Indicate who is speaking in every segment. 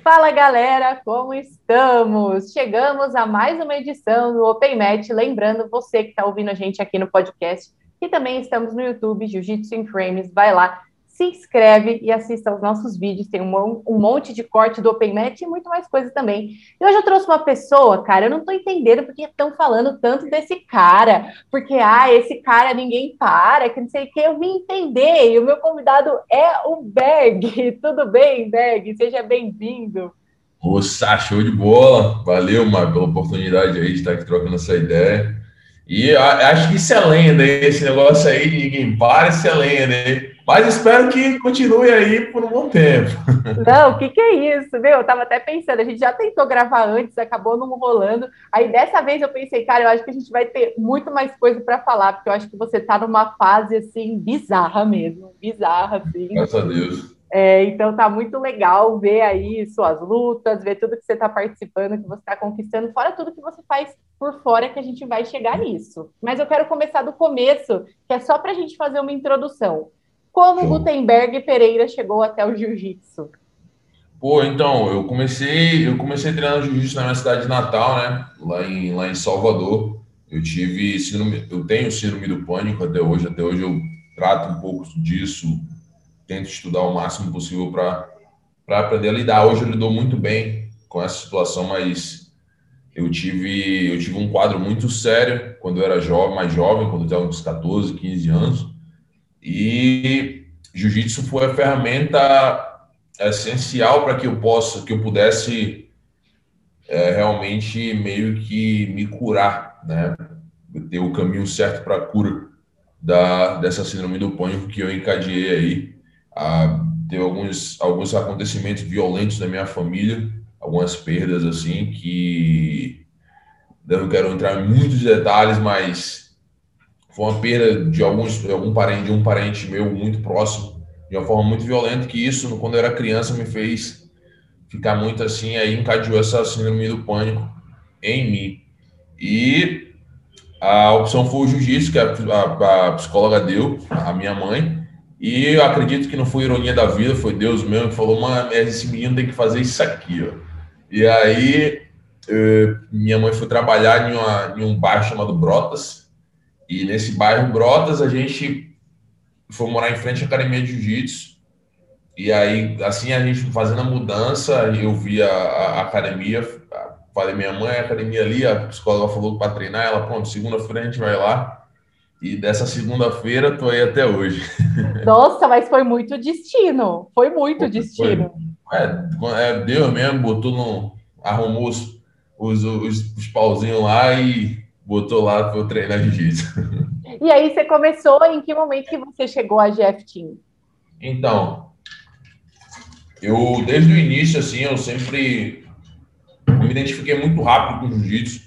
Speaker 1: Fala galera, como estamos? Chegamos a mais uma edição do Open Match. Lembrando você que está ouvindo a gente aqui no podcast, que também estamos no YouTube, Jiu-Jitsu in Frames. Vai lá, se inscreve e assista aos nossos vídeos. Tem um monte de corte do Open Match e muito mais coisa também. E hoje eu trouxe uma pessoa, cara, eu não estou entendendo porque estão falando tanto desse cara. Porque, esse cara ninguém para, que não sei o que. Eu vim entender. E o meu convidado é o Berg. Tudo bem, Berg? Seja bem-vindo.
Speaker 2: Moça, show de bola. Valeu, Mar, pela oportunidade aí de estar aqui trocando essa ideia. E acho que isso é lenda, hein? Esse negócio aí de ninguém para, isso é lenda, hein? Mas espero que continue aí por um bom tempo.
Speaker 1: Não, o que que é isso? Meu, eu tava até pensando, a gente já tentou gravar antes, acabou não rolando. Aí dessa vez eu pensei, cara, eu acho que a gente vai ter muito mais coisa para falar, porque eu acho que você tá numa fase assim bizarra mesmo, bizarra assim.
Speaker 2: Graças a Deus.
Speaker 1: Então tá muito legal ver aí suas lutas, ver tudo que você está participando, que você está conquistando, fora tudo que você faz por fora, que a gente vai chegar nisso. Mas eu quero começar do começo, que é só para a gente fazer uma introdução. Como
Speaker 2: Show.
Speaker 1: Gutenberg Pereira chegou até o jiu-jitsu?
Speaker 2: Pô, então, eu comecei treinando jiu-jitsu na minha cidade natal, né? Lá em Salvador. Eu tenho síndrome do pânico até hoje eu trato um pouco disso, tento estudar o máximo possível para aprender a lidar. Hoje eu lido muito bem com essa situação, mas eu tive um quadro muito sério quando eu era jovem, mais jovem, quando eu tinha uns 14, 15 anos. E jiu-jitsu foi a ferramenta essencial para que eu pudesse realmente meio que me curar, né? Ter o caminho certo para a cura dessa síndrome do pânico que eu encadeei aí. Teve alguns acontecimentos violentos da minha família, algumas perdas assim, que eu não quero entrar em muitos detalhes, mas foi uma perda de um parente meu muito próximo, de uma forma muito violenta, que isso, quando eu era criança, me fez ficar muito assim, aí encadeou essa síndrome do pânico em mim. E a opção foi o jiu-jitsu, que a psicóloga deu, a minha mãe. E eu acredito que não foi ironia da vida, foi Deus mesmo que falou: mano, esse menino tem que fazer isso aqui, ó. E aí, minha mãe foi trabalhar em um bairro chamado Brotas. E nesse bairro Brotas, a gente foi morar em frente à academia de jiu-jitsu. E aí, assim, a gente fazendo a mudança, eu vi a academia, falei, minha mãe, a academia ali, a psicóloga falou para treinar, ela, pronto, segunda-feira a gente vai lá. E dessa segunda-feira tô aí até hoje.
Speaker 1: Nossa, mas foi muito destino. Foi muito
Speaker 2: Pô, foi.
Speaker 1: destino.
Speaker 2: Deus mesmo, arrumou os pauzinhos lá e botou lá para eu treinar jiu-jitsu.
Speaker 1: E aí você começou, em que momento que você chegou a GF Team?
Speaker 2: Então, desde o início, assim, eu me identifiquei muito rápido com jiu-jitsu.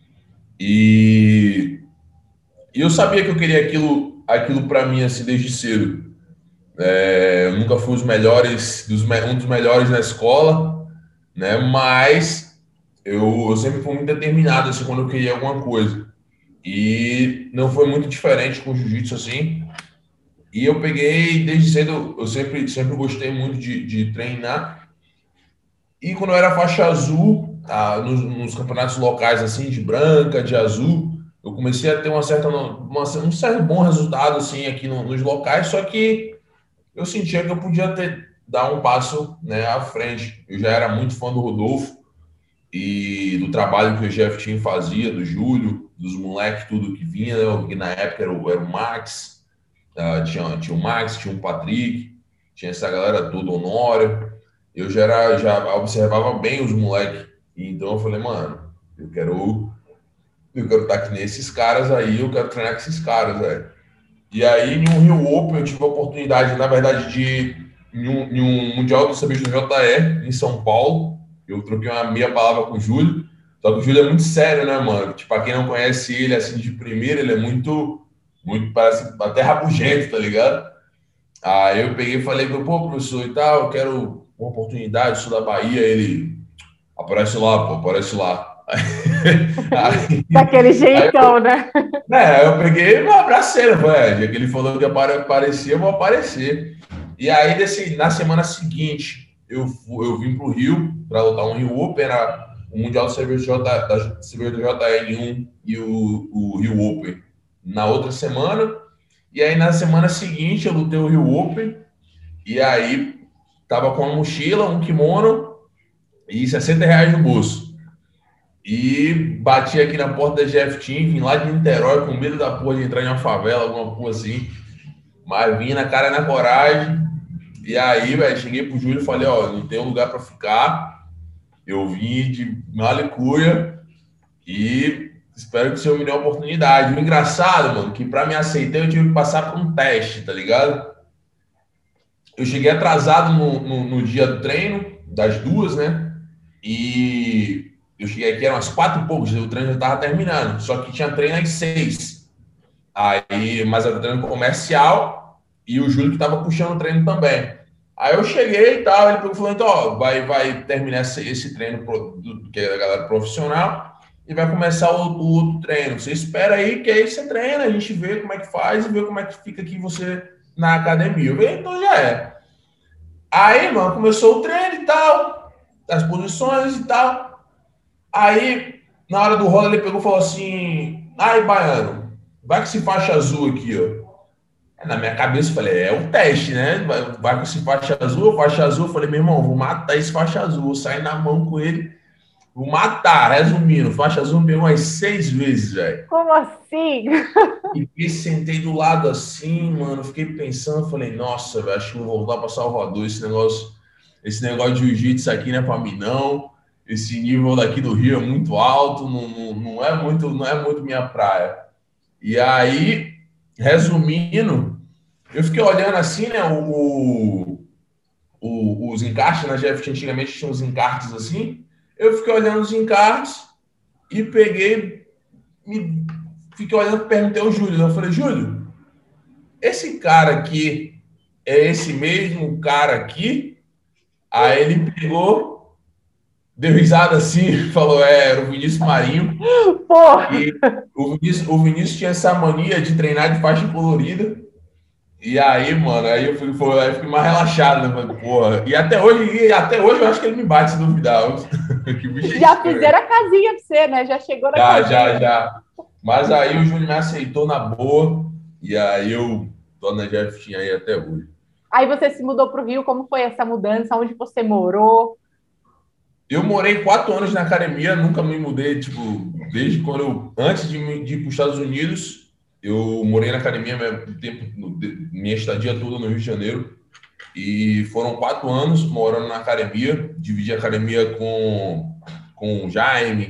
Speaker 2: E E eu sabia que eu queria aquilo para mim assim desde cedo. Eu nunca fui um dos melhores na escola, né? Mas eu sempre fui muito determinado assim quando eu queria alguma coisa. E não foi muito diferente com o jiu-jitsu assim. E eu peguei desde cedo, eu sempre gostei muito de treinar. E quando eu era faixa azul, nos campeonatos locais assim de branca, de azul, eu comecei a ter um certo bom resultado assim aqui nos locais, só que eu sentia que eu podia dar um passo, né, à frente. Eu já era muito fã do Rodolfo e do trabalho que o Jeff Team fazia, do Júlio, dos moleques, tudo que vinha, né, que na época era o Max, tinha o Max, tinha o Patrick, tinha essa galera toda, Honório. Já observava bem os moleques. Então eu falei, mano, eu quero estar aqui nesses caras aí, eu quero treinar com esses caras, velho. E aí, em um Rio Open, eu tive a oportunidade, na verdade, em um Mundial do CBJJE, em São Paulo. Eu troquei uma meia palavra com o Júlio. Só que o Júlio é muito sério, né, mano? Tipo, pra quem não conhece ele, assim, de primeira, ele é muito, parece até rabugento, tá ligado? Aí eu peguei e falei, pô, professor e tal, eu quero uma oportunidade, sul da Bahia. Ele, aparece lá, pô, aparece lá. Aí,
Speaker 1: Daquele
Speaker 2: aí
Speaker 1: jeitão, né?
Speaker 2: eu peguei e abracei, velho. Já que ele falou que ia aparecer, eu vou aparecer. E aí, na semana seguinte, eu vim para o Rio para lutar um Rio Open, era o Mundial da cerveja JL1 e o Rio Open na outra semana. E aí na semana seguinte eu lutei o Rio Open e aí tava com uma mochila, um kimono e R$ 60 no bolso. E bati aqui na porta da GF Team, vim lá de Niterói com medo da porra de entrar em uma favela, alguma porra assim. Mas vim na cara e na coragem. E aí, velho, cheguei pro Júlio e falei, ó, não tem lugar pra ficar. Eu vim de Malicuia e espero que o senhor me dê uma oportunidade. O engraçado, mano, que pra me aceitar eu tive que passar por um teste, tá ligado? Eu cheguei atrasado no dia do treino, das 2, né? E eu cheguei aqui, eram umas 4 e poucos, o treino já tava terminando. Só que tinha treino às 6. Aí, mas era treino comercial e o Júlio que tava puxando o treino também. Aí eu cheguei e tal, ele falou, então, ó, vai terminar esse treino que é da galera profissional e vai começar o outro treino. Você espera aí, que aí você treina, a gente vê como é que faz e vê como é que fica aqui você na academia. Eu falei, então já é. Aí, mano, começou o treino e tal, as posições e tal. Aí, na hora do rola, ele pegou e falou assim, ai, baiano, vai com esse faixa azul aqui, ó. Na minha cabeça, eu falei, é um teste, né? Vai com esse faixa azul, faixa azul. Eu falei, meu irmão, vou matar esse faixa azul. Vou sair na mão com ele, vou matar. Resumindo, faixa azul me pegou umas 6 vezes, velho.
Speaker 1: Como assim?
Speaker 2: E sentei do lado assim, mano. Fiquei pensando, falei, nossa, velho, acho que vou voltar para Salvador. Esse negócio de jiu-jitsu aqui não é para mim, não. Esse nível daqui do Rio é muito alto, não é muito minha praia. E aí, resumindo, eu fiquei olhando assim, né? Os encartes na GFT antigamente tinha uns encartes assim. Eu fiquei olhando os encartes e fiquei olhando e perguntei ao Júlio. Eu falei, Júlio, esse cara aqui é esse mesmo cara aqui? Aí ele pegou, deu risada assim, falou, era o Vinícius Marinho.
Speaker 1: Porra!
Speaker 2: E o Vinícius tinha essa mania de treinar de faixa colorida. E aí, mano, aí eu fiquei mais relaxado, né? Falei, porra. E até hoje eu acho que ele me bate se duvidar. Que bicho é
Speaker 1: Já
Speaker 2: estranho.
Speaker 1: fizeram a casinha pra você, né? Já chegou na
Speaker 2: Já, já,
Speaker 1: casinha.
Speaker 2: já. Mas aí o Júnior me aceitou na boa. E aí eu tô na Jeff aí até hoje.
Speaker 1: Aí você se mudou pro Rio, como foi essa mudança? Onde você morou?
Speaker 2: Eu morei 4 anos na academia, nunca me mudei, tipo, desde quando antes de ir para os Estados Unidos, eu morei na academia minha estadia toda no Rio de Janeiro. E foram 4 anos morando na academia, dividi a academia com o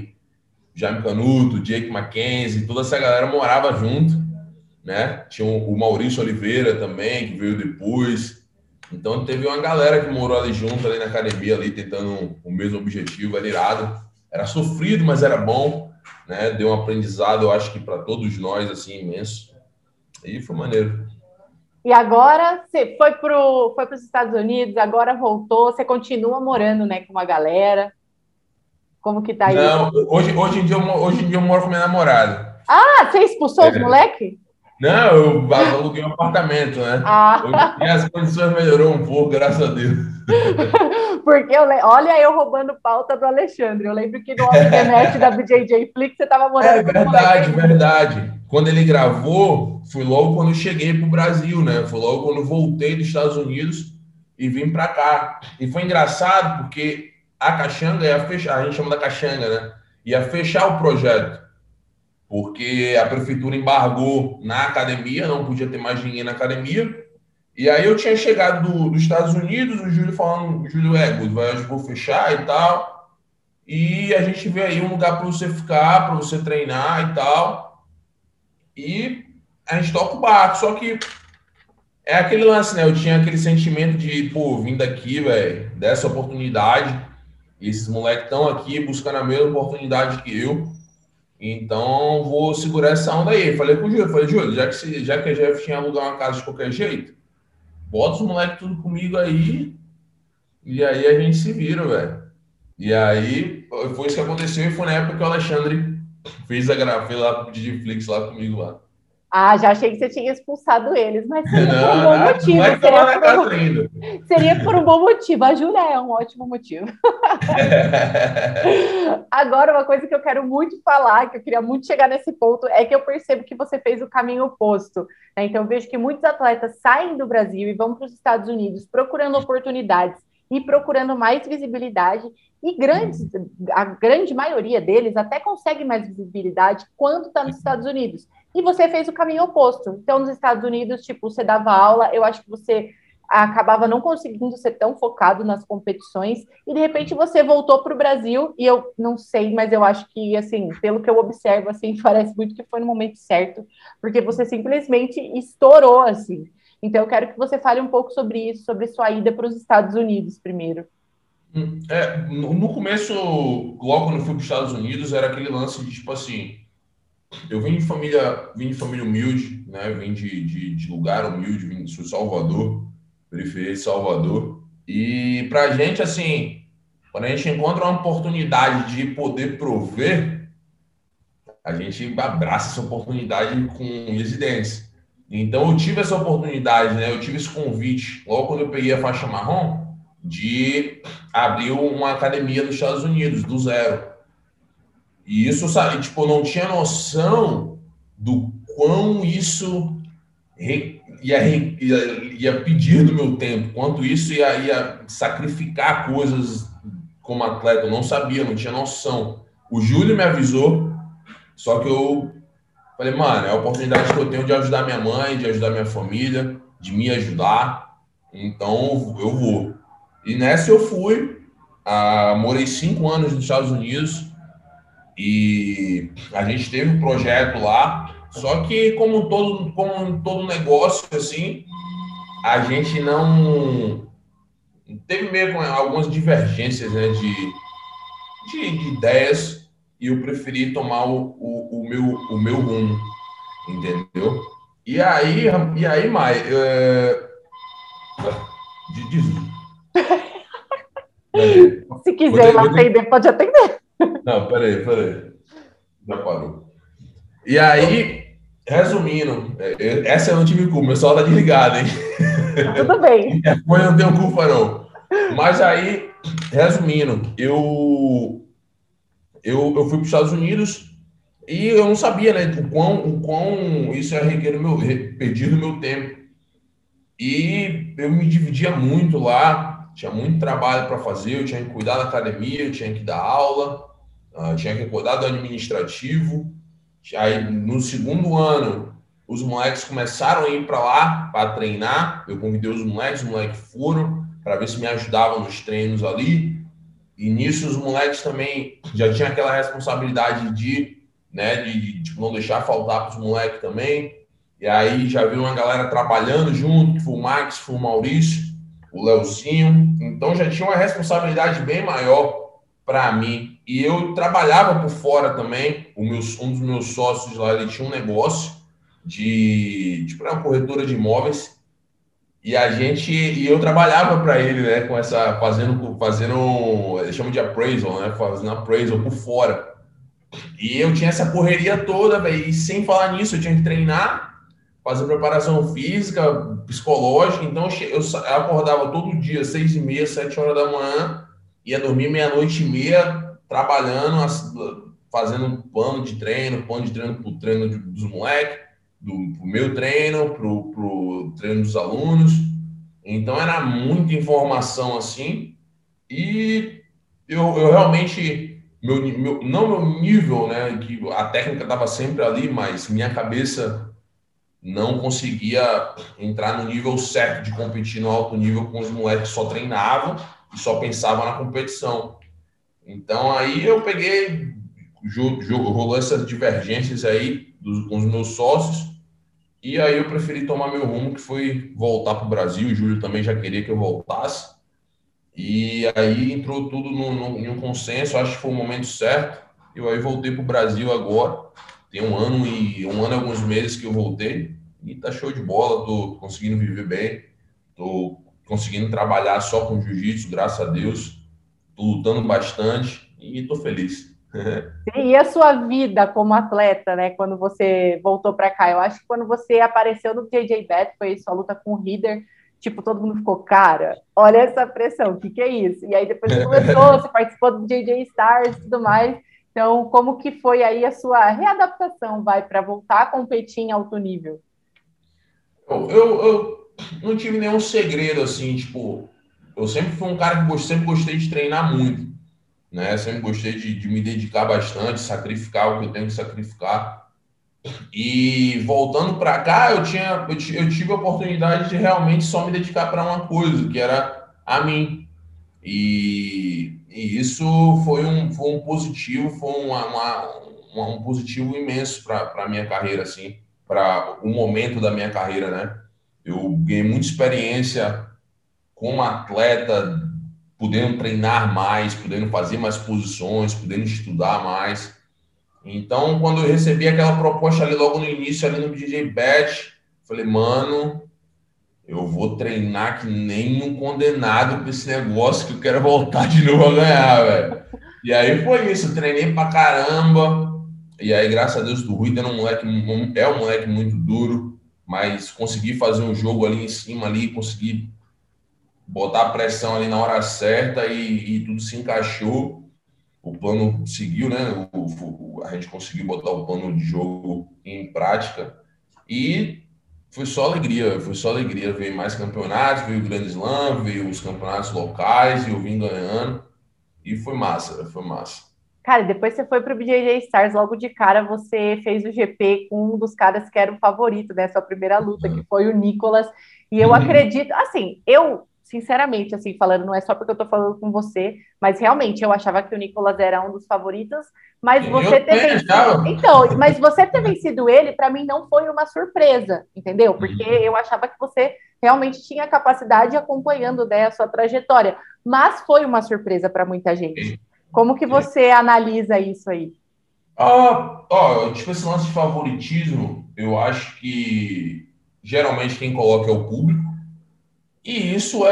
Speaker 2: Jaime Canuto, Jake Mackenzie, toda essa galera morava junto, né? Tinha o Maurício Oliveira também, que veio depois. Então teve uma galera que morou ali junto, ali na academia, ali tentando o mesmo objetivo, era irado. Era sofrido, mas era bom, né? Deu um aprendizado, eu acho que para todos nós, assim, imenso. E foi maneiro.
Speaker 1: E agora você foi para os Estados Unidos, agora voltou, você continua morando, né, com uma galera. Como que tá isso?
Speaker 2: Não, hoje em dia eu moro com minha namorada.
Speaker 1: Ah, você expulsou os moleques?
Speaker 2: Não, eu aluguei um apartamento, né? Hoje em
Speaker 1: Ah,
Speaker 2: dia as condições melhorou um pouco, graças a Deus.
Speaker 1: porque olha eu roubando pauta do Alexandre. Eu lembro que no Open The Match da BJJ Flix você estava
Speaker 2: É
Speaker 1: morando com os moleques
Speaker 2: verdade,
Speaker 1: ainda.
Speaker 2: verdade. Quando ele gravou, foi logo quando eu cheguei pro Brasil, né? Foi logo quando eu voltei dos Estados Unidos e vim para cá. E foi engraçado porque a Caxanga ia fechar, a gente chama da Caxanga, né? Ia fechar o projeto, porque a prefeitura embargou na academia, não podia ter mais ninguém na academia. E aí eu tinha chegado dos Estados Unidos, o Júlio falando, o Júlio, eu vou fechar e tal. E a gente vê aí um lugar para você ficar, para você treinar e tal. E a gente toca o barco. Só que é aquele lance, né? Eu tinha aquele sentimento de, pô, vim daqui, velho, dessa oportunidade. E esses moleques estão aqui buscando a mesma oportunidade que eu. Então, vou segurar essa onda aí. Falei com o Júlio, Júlio, já que a Jeff tinha alugar uma casa de qualquer jeito, bota os moleques tudo comigo aí. E aí a gente se vira, velho. E aí foi isso que aconteceu. E foi na época que o Alexandre fez lá pro Digiflix lá comigo lá.
Speaker 1: Ah, já achei que você tinha expulsado eles, mas seria por um
Speaker 2: Não,
Speaker 1: bom
Speaker 2: não
Speaker 1: motivo.
Speaker 2: vai tomar na casa ainda.
Speaker 1: Seria por um bom motivo. A Júlia é um ótimo motivo. Agora, uma coisa que eu quero muito falar, que eu queria muito chegar nesse ponto, é que eu percebo que você fez o caminho oposto. Né? Então, eu vejo que muitos atletas saem do Brasil e vão para os Estados Unidos procurando oportunidades e procurando mais visibilidade. E a grande maioria deles até consegue mais visibilidade quando está nos Estados Unidos. E você fez o caminho oposto. Então, nos Estados Unidos, tipo, você dava aula, eu acho que você acabava não conseguindo ser tão focado nas competições e de repente você voltou para o Brasil e eu não sei, mas eu acho que assim, pelo que eu observo, assim, parece muito que foi no momento certo, porque você simplesmente estourou assim. Então eu quero que você fale um pouco sobre isso, sobre sua ida para os Estados Unidos primeiro.
Speaker 2: No começo, logo quando eu fui para os Estados Unidos, era aquele lance de tipo assim, eu vim de família humilde, né? Vim de lugar humilde, vim de Salvador, periferia de Salvador. E pra gente, assim, quando a gente encontra uma oportunidade de poder prover, a gente abraça essa oportunidade com unhas e dentes. Então eu tive essa oportunidade, né? Eu tive esse convite, logo quando eu peguei a faixa marrom, de abrir uma academia nos Estados Unidos, do zero. E isso, sabe, tipo, eu não tinha noção do quão isso ia pedir do meu tempo, quanto isso ia sacrificar coisas como atleta. Eu não sabia, não tinha noção. O Júlio me avisou, só que eu falei, mano, é a oportunidade que eu tenho de ajudar minha mãe, de ajudar minha família, de me ajudar, então eu vou. E nessa eu fui, morei 5 anos nos Estados Unidos, e a gente teve um projeto lá, só que como todo negócio, assim, a gente não teve meio com algumas divergências, né, de ideias, e eu preferi tomar o meu rumo, entendeu? E aí, Mai, de, peraí,
Speaker 1: Se
Speaker 2: vou
Speaker 1: quiser ir
Speaker 2: ter,
Speaker 1: lá
Speaker 2: vou ter,
Speaker 1: atender, pode atender.
Speaker 2: não, peraí, já parou. E aí, resumindo, essa eu não tive culpa, meu celular tá desligado, hein?
Speaker 1: Tá tudo bem.
Speaker 2: Depois eu não tenho culpa, não. Mas aí, resumindo, eu fui para os Estados Unidos e eu não sabia, né, o quão isso ia pedir do meu tempo. E eu me dividia muito lá, tinha muito trabalho para fazer, eu tinha que cuidar da academia, eu tinha que dar aula, tinha que cuidar do administrativo. Aí, no segundo ano, os moleques começaram a ir para lá para treinar. Eu convidei os moleques foram para ver se me ajudavam nos treinos ali. E nisso, os moleques também já tinham aquela responsabilidade né, de tipo, não deixar faltar para os moleques também. E aí já viu uma galera trabalhando junto, que foi o Max, foi o Maurício, o Leozinho. Então já tinha uma responsabilidade bem maior para mim. E eu trabalhava por fora também. Um dos meus sócios lá, ele tinha um negócio tipo, uma corretora de imóveis. E eu trabalhava para ele, né, com essa, eles chamam de appraisal, né, fazendo appraisal por fora. E eu tinha essa correria toda, velho, e sem falar nisso, eu tinha que treinar, fazer preparação física, psicológica. Então eu acordava todo dia, 6h30, 7 horas da manhã, ia dormir meia-noite e meia, trabalhando, fazendo plano de treino pro treino dos moleques, pro meu treino, pro treino dos alunos. Então era muita informação assim, e eu realmente, não meu nível, né, que a técnica estava sempre ali, mas minha cabeça não conseguia entrar no nível certo de competir no alto nível com os moleques que só treinavam e só pensavam na competição. Então aí eu peguei, rolou essas divergências aí com os meus sócios, e aí eu preferi tomar meu rumo, que foi voltar para o Brasil. O Júlio também já queria que eu voltasse. E aí entrou tudo em um consenso, acho que foi o momento certo. Eu aí voltei para o Brasil agora. Tem um ano e alguns meses que eu voltei. E tá show de bola, tô conseguindo viver bem, tô conseguindo trabalhar só com jiu-jitsu, graças a Deus. Tô lutando bastante e tô feliz.
Speaker 1: E a sua vida como atleta, né? Quando você voltou para cá, eu acho que quando você apareceu no JJ Bet, foi sua luta com o Ritter, tipo, todo mundo ficou, cara, olha essa pressão, o que que é isso? E aí depois você começou, você participou do JJ Stars e tudo mais. Então, como que foi aí a sua readaptação, vai, para voltar a competir em alto nível?
Speaker 2: Eu não tive nenhum segredo, assim, tipo, eu sempre fui um cara que sempre gostei de treinar muito, né? Sempre gostei de me dedicar bastante, sacrificar o que eu tenho que sacrificar. E voltando para cá, eu tive a oportunidade de realmente só me dedicar para uma coisa, que era a mim. E isso foi um positivo, foi um positivo imenso para a minha carreira, assim, para o momento da minha carreira, né? Eu ganhei muita experiência como atleta, podendo treinar mais, podendo fazer mais posições, podendo estudar mais. Então, quando eu recebi aquela proposta ali logo no início, ali no DJ Bet, falei, mano, eu vou treinar que nem um condenado com esse negócio que eu quero voltar de novo a ganhar, velho. E aí foi isso, eu treinei pra caramba. E aí, graças a Deus, do Rui, é um moleque muito duro, mas consegui fazer um jogo ali em cima, ali, consegui botar a pressão ali na hora certa e tudo se encaixou. O plano seguiu, né? A gente conseguiu botar o plano de jogo em prática e foi só alegria. Veio mais campeonatos, veio o Grande Slam, veio os campeonatos locais e eu vim ganhando e foi massa, foi massa.
Speaker 1: Cara, depois você foi para o BJJ Stars, logo de cara você fez o GP com um dos caras que era o favorito, né? Sua primeira luta, que foi o Nicolas. E eu acredito, assim, eu, sinceramente, assim, falando, não é só porque eu tô falando com você, mas realmente eu achava que o Nicolas era um dos favoritos, mas
Speaker 2: Eu
Speaker 1: você ter
Speaker 2: também
Speaker 1: vencido.
Speaker 2: achava.
Speaker 1: Então, mas você ter vencido ele, para mim, não foi uma surpresa, entendeu? Porque eu achava que você realmente tinha capacidade acompanhando, né, a sua trajetória. Mas foi uma surpresa para muita gente. Como que você analisa isso aí?
Speaker 2: Tipo, esse lance de favoritismo, eu acho que geralmente quem coloca é o público. E isso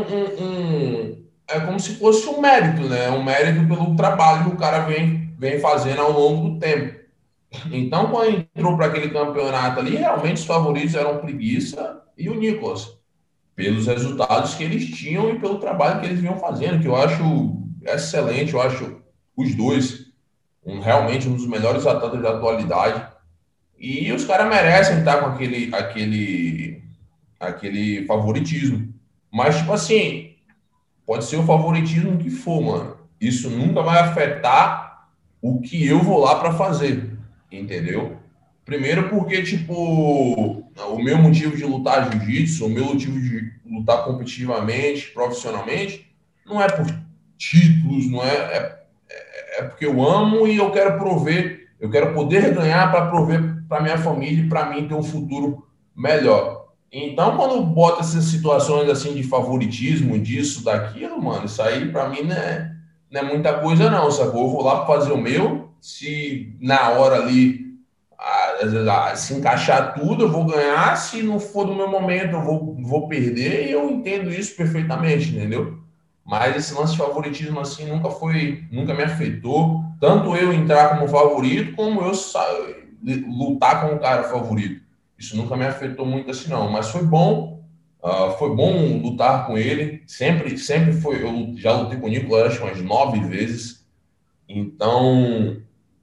Speaker 2: é como se fosse um mérito, né? Um mérito pelo trabalho que o cara vem fazendo ao longo do tempo. Então, quando entrou para aquele campeonato ali, realmente os favoritos eram o Preguiça e o Nicolas, pelos resultados que eles tinham e pelo trabalho que eles vinham fazendo, que eu acho excelente, eu acho os dois realmente um dos melhores atletas da atualidade. E os caras merecem estar com aquele favoritismo. Mas, tipo assim, pode ser o favoritismo que for, mano. Isso nunca vai afetar o que eu vou lá para fazer, entendeu? Primeiro porque, tipo, o meu motivo de lutar jiu-jitsu, o meu motivo de lutar competitivamente, profissionalmente, não é por títulos, não é porque eu amo e eu quero prover, eu quero poder ganhar para prover para minha família e para mim ter um futuro melhor. Então, quando bota essas situações assim de favoritismo, disso, daquilo, mano, isso aí para mim não é muita coisa, não, sacou? Eu vou lá para fazer o meu, se na hora ali se encaixar tudo, eu vou ganhar, se não for do meu momento, vou perder, e eu entendo isso perfeitamente, entendeu? Mas esse lance de favoritismo assim nunca me afetou, tanto eu entrar como favorito, como lutar com o cara favorito. Isso nunca me afetou muito assim, não. Mas foi bom lutar com ele. Sempre foi. Eu já lutei com o Nicolas acho umas 9 vezes. Então,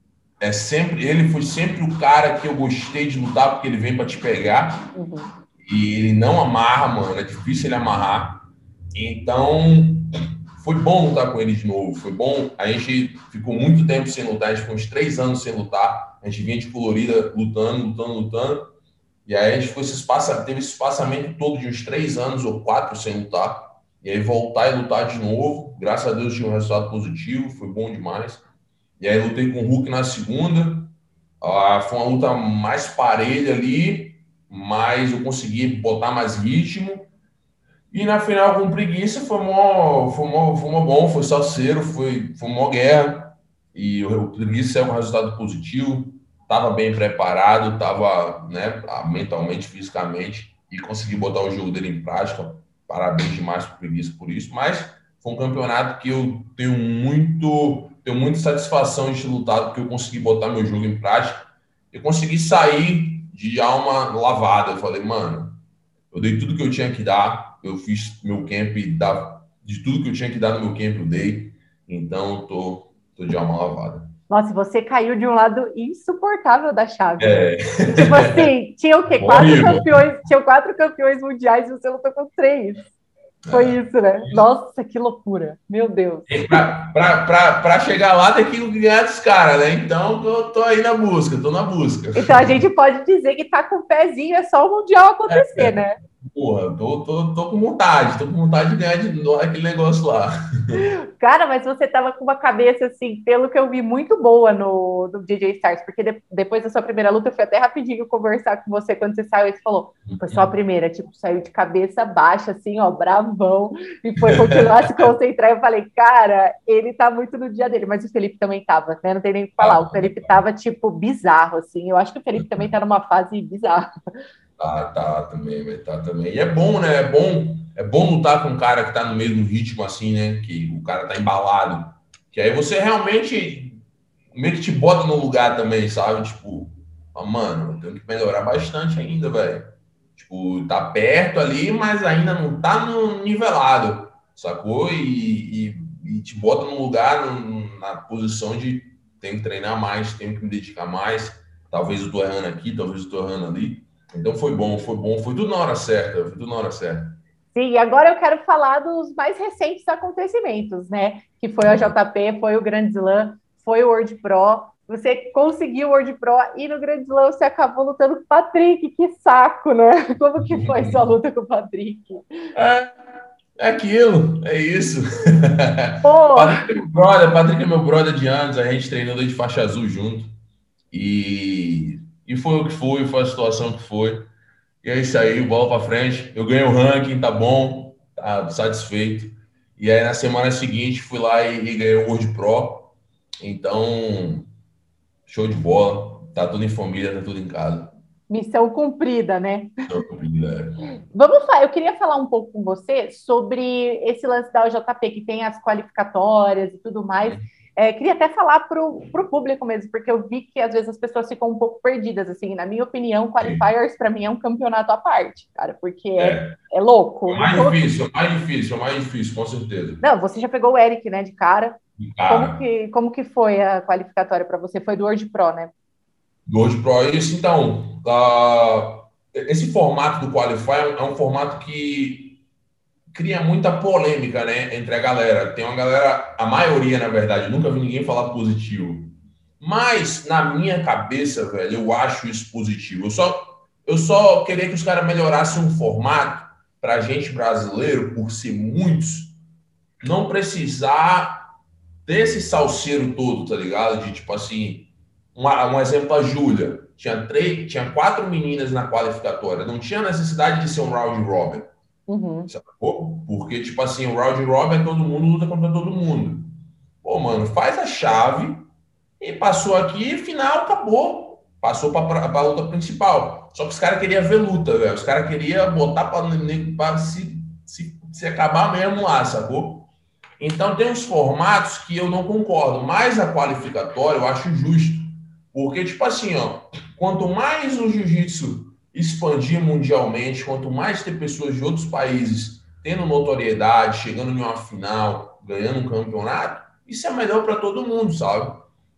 Speaker 2: ele foi sempre o cara que eu gostei de lutar, porque ele vem para te pegar.
Speaker 1: Uhum.
Speaker 2: E ele não amarra, mano. É difícil ele amarrar. Então, foi bom lutar com ele de novo. Foi bom. A gente ficou muito tempo sem lutar. A gente ficou uns 3 anos sem lutar. A gente vinha de Florida lutando. E aí a gente teve esse espaçamento todo de uns 3 anos ou 4 sem lutar. E aí voltar e lutar de novo. Graças a Deus tinha um resultado positivo. Foi bom demais. E aí lutei com o Hulk na segunda. Foi uma luta mais parelha ali. Mas eu consegui botar mais ritmo. E na final, com preguiça, foi mó bom, foi salseiro, foi mó guerra. E o preguiça saiu com resultado positivo, estava bem preparado, estava, né, mentalmente, fisicamente, e consegui botar o jogo dele em prática. Parabéns demais para o preguiça por isso. Mas foi um campeonato que eu tenho muito. tenho muita satisfação de ter lutado, porque eu consegui botar meu jogo em prática. Eu consegui sair de alma lavada. Eu falei, mano, eu dei tudo que eu tinha que dar. Eu fiz meu camp, de tudo que eu tinha que dar no meu camp, eu dei. Então, tô de alma lavada.
Speaker 1: Nossa, você caiu de um lado insuportável da chave, né?
Speaker 2: É.
Speaker 1: Tipo assim, tinha o quê?
Speaker 2: Horrível.
Speaker 1: Tinham 4 campeões mundiais e você lutou com 3. Foi isso, né? Nossa, que loucura. Meu Deus.
Speaker 2: Para chegar lá, tem que ganhar dos caras, né? Então, eu tô aí na busca, tô na busca.
Speaker 1: Então a gente pode dizer que tá com o pezinho, é só o Mundial acontecer, né?
Speaker 2: Porra, tô com vontade de ganhar de novo aquele negócio lá.
Speaker 1: Cara, mas você tava com uma cabeça, assim, pelo que eu vi, muito boa no DJ Stars, porque depois da sua primeira luta, eu fui até rapidinho conversar com você quando você saiu, e você falou, foi só a primeira, tipo, saiu de cabeça baixa, assim, ó, bravão, e foi continuar a se concentrar. Eu falei, cara, ele tá muito no dia dele, mas o Felipe também tava, né? Não tem nem o que falar. O Felipe tava, tipo, bizarro, assim. Eu acho que o Felipe também tá numa fase bizarra.
Speaker 2: Tá também, vai tá também. E é bom, né? É bom lutar com um cara que tá no mesmo ritmo, assim, né? Que o cara tá embalado. Que aí você realmente meio que te bota no lugar também, sabe? Tipo, mano, eu tenho que melhorar bastante ainda, velho. Tipo, tá perto ali, mas ainda não tá no nivelado, sacou? E te bota no lugar, na posição de tenho que treinar mais, tenho que me dedicar mais. Talvez eu tô errando aqui, talvez eu tô errando ali. Então foi bom, foi tudo na hora certa, foi tudo na hora certa.
Speaker 1: Sim, agora eu quero falar dos mais recentes acontecimentos, né? Que foi a JP, foi o Grand Slam, foi o World Pro. Você conseguiu o World Pro e no Grand Slam você acabou lutando com o Patrick. Que saco, né? Como que foi sua luta com o Patrick?
Speaker 2: É, é aquilo, é isso.
Speaker 1: Pô,
Speaker 2: Patrick é meu brother de anos, a gente treinou de faixa azul junto. E foi o que foi a situação que foi. E é isso aí, bola pra frente. Eu ganhei o ranking, tá bom, tá satisfeito. E aí na semana seguinte fui lá e ganhei o World Pro. Então, show de bola. Tá tudo em família, tá tudo em casa.
Speaker 1: missão cumprida, né?
Speaker 2: É.
Speaker 1: Vamos falar, eu queria falar um pouco com você sobre esse lance da OJP, que tem as qualificatórias e tudo mais. Queria até falar para o público mesmo, porque eu vi que às vezes as pessoas ficam um pouco perdidas, assim, na minha opinião, qualifiers para mim é um campeonato à parte, cara, porque é louco.
Speaker 2: É o mais difícil, é o mais difícil, é o mais difícil, com certeza.
Speaker 1: Não, você já pegou o Eric, né, de cara.
Speaker 2: Cara,
Speaker 1: Como que foi a qualificatória para você? Foi do World Pro, né?
Speaker 2: do World Pro, isso então, esse formato do Qualify é um formato que cria muita polêmica, né, entre a galera. Tem uma galera, a maioria, na verdade, nunca vi ninguém falar positivo. Mas, na minha cabeça, velho, eu acho isso positivo. Eu só queria que os caras melhorassem um formato pra gente brasileiro, por ser muitos, não precisar desse salseiro todo, tá ligado? De tipo assim, um exemplo, a Júlia. Tinha 4 meninas na qualificatória. Não tinha necessidade de ser um round robin.
Speaker 1: Uhum.
Speaker 2: Sacou? Porque, tipo assim, o round robin é todo mundo luta contra todo mundo. Pô, mano, faz a chave e passou aqui, final, acabou. Passou pra luta principal. Só que os caras queriam ver luta, velho. Os caras queriam botar pra se acabar mesmo lá, sacou? Então tem uns formatos que eu não concordo, mas a qualificatória eu acho justo. Porque, tipo assim, ó, quanto mais o jiu-jitsu expandir mundialmente, quanto mais ter pessoas de outros países tendo notoriedade, chegando em uma final, ganhando um campeonato, isso é melhor para todo mundo, sabe?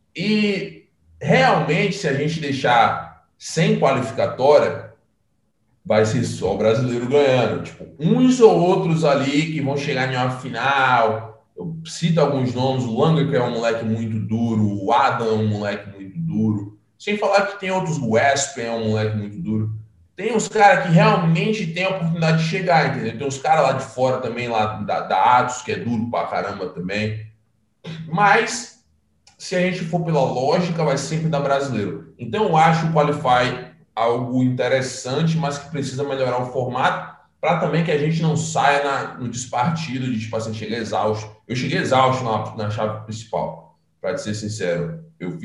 Speaker 2: E realmente, se a gente deixar sem qualificatória, vai ser só o brasileiro ganhando. Tipo, uns ou outros ali que vão chegar em uma final. Eu cito alguns nomes, o Langer, que é um moleque muito duro, o Adam é um moleque muito duro. Sem falar que tem outros, o Aspen é um moleque muito duro. Tem uns caras que realmente têm a oportunidade de chegar, entendeu? Tem uns caras lá de fora também, lá da Atos, que é duro pra caramba também. Mas, se a gente for pela lógica, vai sempre dar brasileiro. Então, eu acho o Qualify algo interessante, mas que precisa melhorar o formato para também que a gente não saia no despartido de, tipo assim, chegar exausto. Eu cheguei exausto na chave principal, para ser sincero. Eu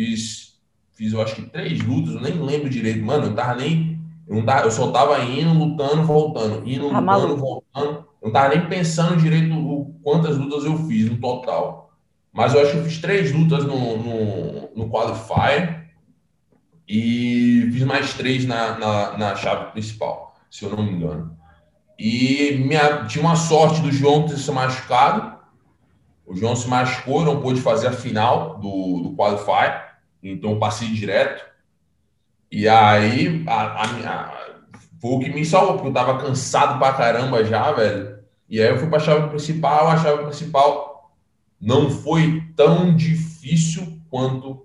Speaker 2: eu acho que 3 lutas, eu nem lembro direito. Mano, eu não tava nem... eu só tava indo, lutando, voltando. Indo,
Speaker 1: Tá
Speaker 2: lutando,
Speaker 1: maluco.
Speaker 2: voltando. Eu não tava nem pensando direito quantas lutas eu fiz no total. Mas eu acho que eu fiz 3 lutas no Qualifier e fiz mais 3 na chave principal, se eu não me engano. E tinha uma sorte do João ter se machucado. O João se machucou, não pôde fazer a final do Qualifier, então eu passei direto. E aí foi o que me salvou, porque eu tava cansado pra caramba já, velho. E aí eu fui pra chave principal, a chave principal não foi tão difícil quanto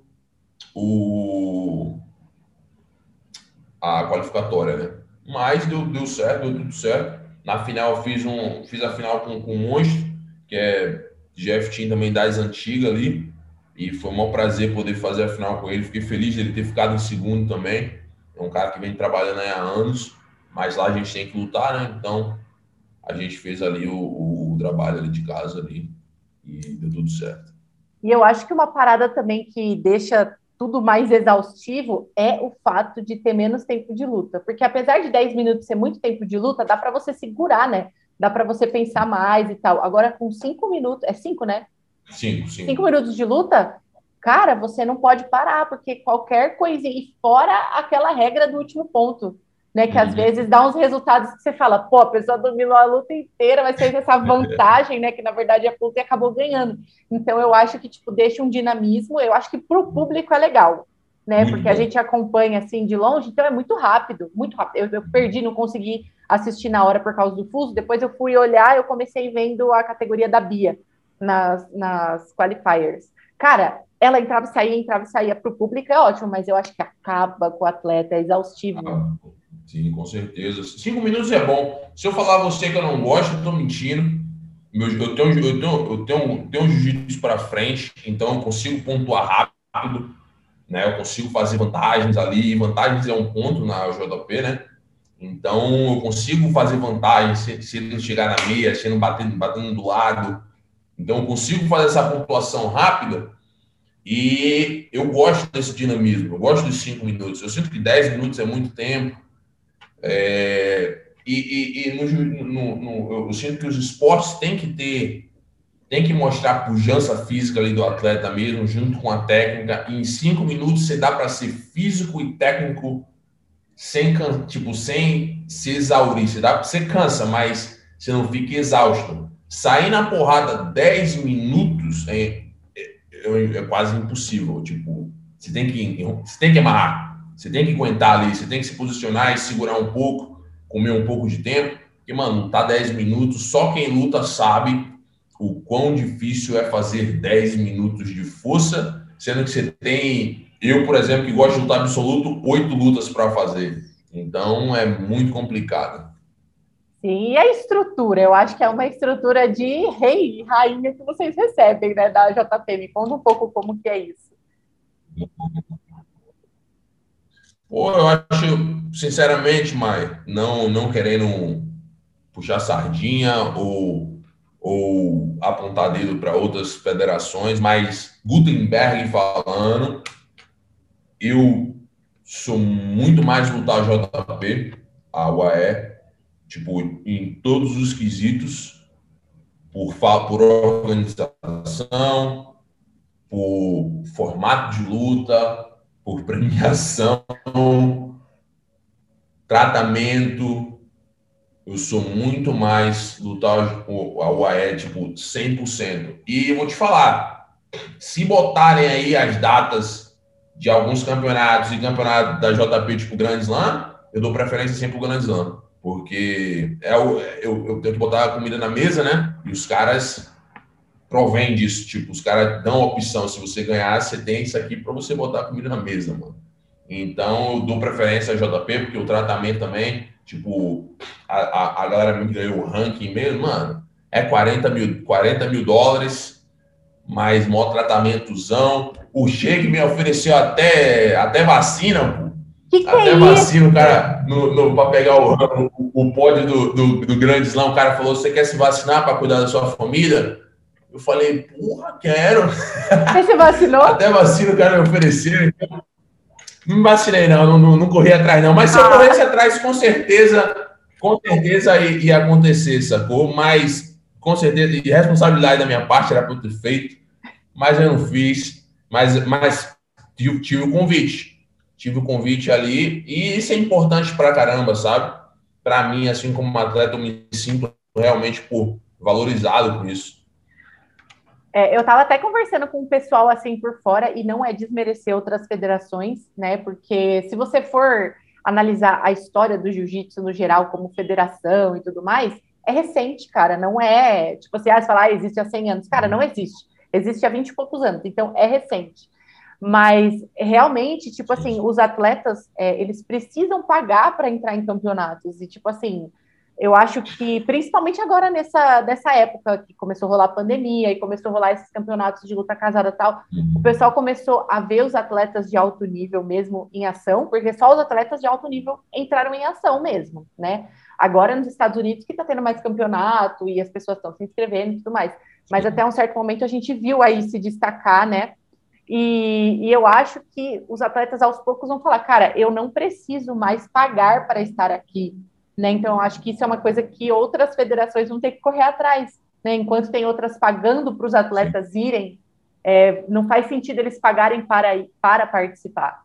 Speaker 2: a qualificatória, né? Mas deu certo, deu tudo certo. Na final eu fiz a final com o Monstro, que é Jeff Team também das antigas ali. E foi um prazer poder fazer a final com ele. Fiquei feliz de ele ter ficado em segundo também. É um cara que vem trabalhando aí há anos, mas lá a gente tem que lutar, né? Então a gente fez ali o trabalho ali de casa ali e deu tudo certo.
Speaker 1: E eu acho que uma parada também que deixa tudo mais exaustivo é o fato de ter menos tempo de luta. Porque apesar de 10 minutos ser muito tempo de luta, dá para você segurar, né? Dá para você pensar mais e tal. Agora, com 5 minutos, é 5, né?
Speaker 2: 5.
Speaker 1: 5 minutos de luta, cara, você não pode parar, porque qualquer coisinha, e fora aquela regra do último ponto, né? Que às vezes dá uns resultados que você fala, pô, a pessoa dominou a luta inteira, mas fez essa vantagem, né? Que na verdade é ponto e acabou ganhando. Então eu acho que, tipo, deixa um dinamismo, eu acho que pro público é legal, né?
Speaker 2: Muito
Speaker 1: porque
Speaker 2: bom.
Speaker 1: A gente acompanha assim de longe, então é muito rápido, muito rápido. Eu perdi, não consegui assistir na hora por causa do fuso, depois eu fui olhar, eu comecei vendo a categoria da Bia nas qualifiers. Cara, ela entrava e saía para o público, é ótimo, mas eu acho que acaba com o atleta, é exaustivo.
Speaker 2: Sim, com certeza. 5 minutos é bom. Se eu falar a você que eu não gosto, eu tô mentindo. Eu tenho um jiu-jitsu para frente, então eu consigo pontuar rápido, né? Eu consigo fazer vantagens ali. Vantagens é um ponto na JP, né? Então eu consigo fazer vantagens se ele não chegar na meia, se ele não batendo do lado. Então eu consigo fazer essa pontuação rápida e eu gosto desse dinamismo. Eu gosto dos 5 minutos. Eu sinto que 10 minutos é muito tempo. Eu sinto que os esportes tem que mostrar a pujança física ali do atleta mesmo, junto com a técnica. E em 5 minutos você dá para ser físico e técnico sem se exaurir. Você cansa, mas você não fica exausto. Sair na porrada 10 minutos é quase impossível. Tipo, você tem que amarrar. Você tem que aguentar ali, você tem que se posicionar e segurar um pouco, comer um pouco de tempo. Porque, mano, lutar 10 minutos, só quem luta sabe o quão difícil é fazer 10 minutos de força, sendo que você tem, eu, por exemplo, que gosto de lutar absoluto, 8 lutas para fazer. Então, é muito complicado.
Speaker 1: Sim, e a estrutura? Eu acho que é uma estrutura de rei e rainha que vocês recebem, né, da JP. Me conta um pouco como que é isso.
Speaker 2: Pô, eu acho, sinceramente, Mai, não querendo puxar sardinha ou apontar dedo para outras federações, mas Gutenberg falando, eu sou muito mais lutar JP, a UAE, tipo, em todos os quesitos, por organização, por formato de luta, por premiação, tratamento. Eu sou muito mais lutar a UAE, tipo, 100%. E eu vou te falar, se botarem aí as datas de alguns campeonatos e campeonato da JP, tipo Grand Slam, eu dou preferência sempre pro Grand Slam. Porque eu tenho que botar a comida na mesa, né? E os caras provém disso. Tipo, os caras dão a opção. Se você ganhar, você tem isso aqui para você botar a comida na mesa, mano. Então, eu dou preferência a JP, porque o tratamento também, tipo, a galera que ganhou o ranking mesmo, mano, é 40 mil dólares, mais maior tratamentozão. O Sheik me ofereceu até vacina, pô.
Speaker 1: Que
Speaker 2: Até
Speaker 1: é
Speaker 2: vacina,
Speaker 1: isso?
Speaker 2: o cara, para pegar o pódio do Grande Slam, o cara falou: você quer se vacinar para cuidar da sua família? Eu falei: porra, quero.
Speaker 1: Você se vacinou?
Speaker 2: Até vacina o cara me ofereceu. Não me vacinei, não corri atrás, não. Mas se eu corresse atrás, com certeza ia acontecer, sacou? Mas, com certeza, e responsabilidade da minha parte era para eu ter feito. mas eu não fiz. Mas tive o convite. Tive o convite ali, e isso é importante pra caramba, sabe? Pra mim, assim como atleta, eu me sinto realmente valorizado com isso.
Speaker 1: Eu estava até conversando com o pessoal assim por fora, e não é desmerecer outras federações, né? Porque se você for analisar a história do jiu-jitsu no geral, como federação e tudo mais, é recente, cara. Não é tipo assim, você fala, existe há 100 anos. Cara, não existe. Existe há 20 e poucos anos, então é recente. Mas realmente, tipo assim, os atletas, eles precisam pagar para entrar em campeonatos. E, tipo assim, eu acho que, principalmente agora nessa época que começou a rolar a pandemia e começou a rolar esses campeonatos de luta casada e tal, o pessoal começou a ver os atletas de alto nível mesmo em ação, porque só os atletas de alto nível entraram em ação mesmo, né? Agora nos Estados Unidos que está tendo mais campeonato e as pessoas estão se inscrevendo e tudo mais. Mas até um certo momento a gente viu aí se destacar, né? E eu acho que os atletas aos poucos vão falar, cara, eu não preciso mais pagar para estar aqui, né? Então, eu acho que isso é uma coisa que outras federações vão ter que correr atrás, né? Enquanto tem outras pagando para os
Speaker 2: Sim.
Speaker 1: atletas irem, não faz sentido eles pagarem para participar.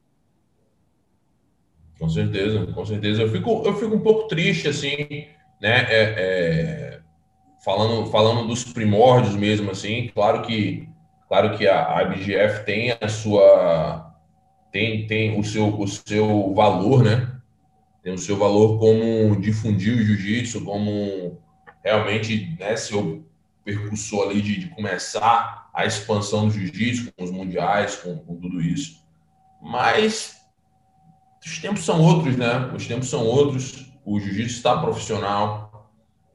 Speaker 2: Com certeza, com certeza. Eu fico um pouco triste, assim, né? Falando dos primórdios mesmo, assim. Claro que a IBGF tem a sua, tem o seu valor, né? Tem o seu valor como difundir o jiu-jitsu, como realmente, né, ser o percussor ali de começar a expansão do jiu-jitsu com os mundiais, com tudo isso. Mas os tempos são outros, né? Os tempos são outros. O jiu-jitsu está profissional.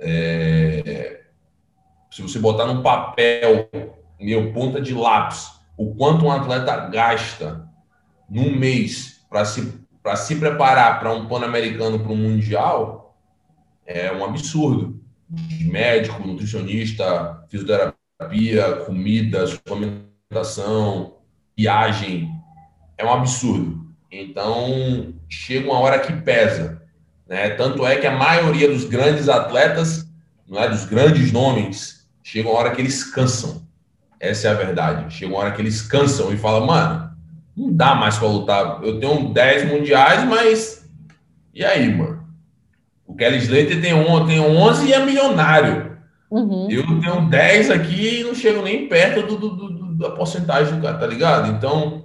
Speaker 2: Se você botar num papel, meu ponta de lápis, o quanto um atleta gasta num mês para se preparar para um Pan-Americano, para um Mundial, é um absurdo. De médico, nutricionista, fisioterapia, comida, suplementação, viagem, é um absurdo. Então, chega uma hora que pesa, né? Tanto é que a maioria dos grandes atletas, não é, dos grandes nomes, chega uma hora que eles cansam. Essa é a verdade. Chega uma hora que eles cansam e falam, mano, não dá mais para lutar. Eu tenho 10 mundiais, mas e aí, mano? O Kelly Slater tem 11 e é milionário. Eu
Speaker 1: Uhum.
Speaker 2: tenho 10 aqui e não chego nem perto da porcentagem do cara, tá ligado? Então,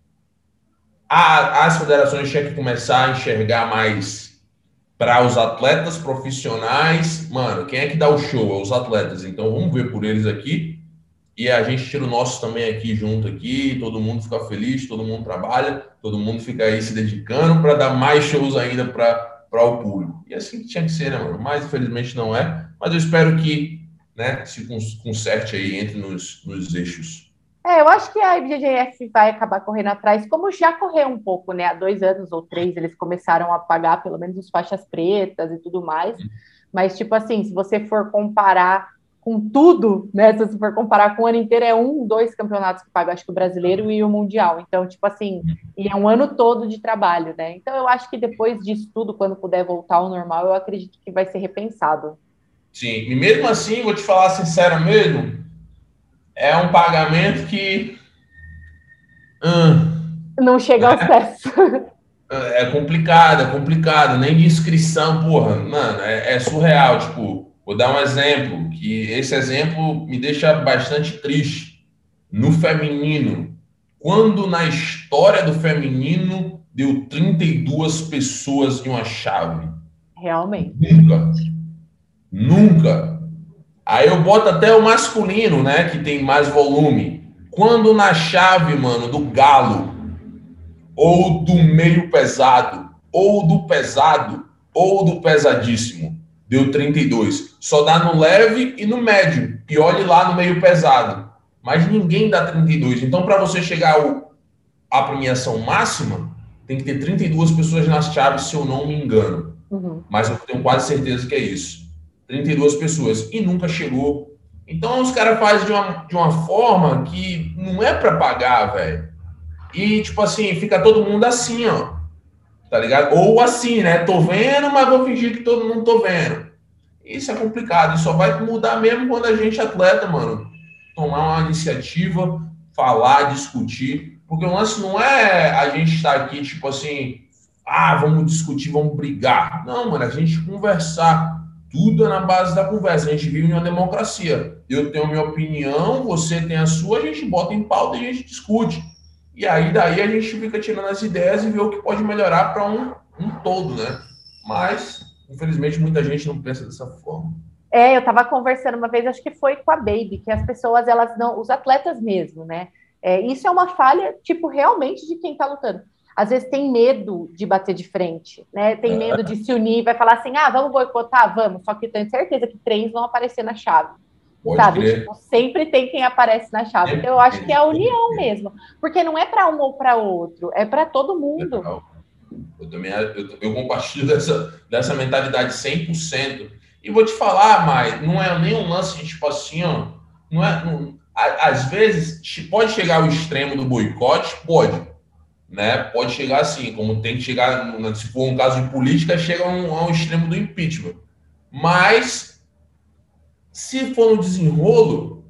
Speaker 2: as federações tinham que começar a enxergar mais para os atletas profissionais. Mano, quem é que dá o show? É os atletas. Então, vamos ver por eles aqui. E a gente tira o nosso também aqui junto aqui, todo mundo fica feliz, todo mundo trabalha, todo mundo fica aí se dedicando para dar mais shows ainda para o público. E assim que tinha que ser, né, mano? Mas infelizmente não é. Mas eu espero que, né, se conserte aí, entre nos eixos.
Speaker 1: Eu acho que a IBJJF vai acabar correndo atrás, como já correu um pouco, né? Há 2 anos ou 3, eles começaram a pagar pelo menos as faixas pretas e tudo mais. Mas, tipo assim, se você for comparar com tudo, né? Se você for comparar com o ano inteiro, é 2 campeonatos que pagam, acho que o brasileiro e o mundial. Então, tipo assim, e é um ano todo de trabalho, né? Então, eu acho que depois disso tudo, quando puder voltar ao normal, eu acredito que vai ser repensado.
Speaker 2: Sim, e mesmo assim, vou te falar sincero mesmo, é um pagamento que
Speaker 1: Não chega aos pés.
Speaker 2: é complicado, é complicado. Nem de inscrição, porra, mano, é surreal. Tipo, vou dar um exemplo, que esse exemplo me deixa bastante triste. No feminino, quando na história do feminino deu 32 pessoas em uma chave?
Speaker 1: Realmente.
Speaker 2: Nunca, nunca. Aí eu boto até o masculino, né, que tem mais volume. Quando na chave, mano, do galo, ou do meio pesado, ou do pesado, ou do pesadíssimo, deu 32. Só dá no leve e no médio. E olhe lá no meio pesado. Mas ninguém dá 32. Então, para você chegar à premiação máxima, tem que ter 32 pessoas nas chaves, se eu não me engano.
Speaker 1: Uhum.
Speaker 2: Mas eu tenho quase certeza que é isso. 32 pessoas. E nunca chegou. Então, os caras fazem de uma forma que não é para pagar, velho. E, tipo assim, fica todo mundo assim, ó. Tá ligado? Ou assim, né? Tô vendo, mas vou fingir que todo mundo tô vendo. Isso é complicado. Isso só vai mudar mesmo quando a gente, atleta, mano, tomar uma iniciativa, falar, discutir, porque o lance não é a gente estar aqui, tipo assim, vamos discutir, vamos brigar. Não, mano, a gente conversar. Tudo é na base da conversa. A gente vive em uma democracia. Eu tenho a minha opinião, você tem a sua, a gente bota em pauta e a gente discute. E aí, daí, a gente fica tirando as ideias e vê o que pode melhorar para um todo, né? Mas, infelizmente, muita gente não pensa dessa forma.
Speaker 1: Eu estava conversando uma vez, acho que foi com a Baby, que as pessoas, elas não, os atletas mesmo, né? Isso é uma falha, tipo, realmente de quem está lutando. Às vezes tem medo de bater de frente, né? Tem medo de se unir, vai falar assim, vamos boicotar? Vamos. Só que eu tenho certeza que 3 vão aparecer na chave.
Speaker 2: Pode
Speaker 1: Sabe?
Speaker 2: crer.
Speaker 1: Tipo, sempre tem quem aparece na chave. Então, eu acho que é a união mesmo. Porque não é para um ou para outro, é para todo mundo.
Speaker 2: Eu compartilho dessa mentalidade 100%. E vou te falar, mas não é nem um lance de tipo assim, ó, às vezes pode chegar ao extremo do boicote, pode, né? Pode chegar assim, como tem que chegar, se for um caso de política, chega ao extremo do impeachment. Mas se for no desenrolo,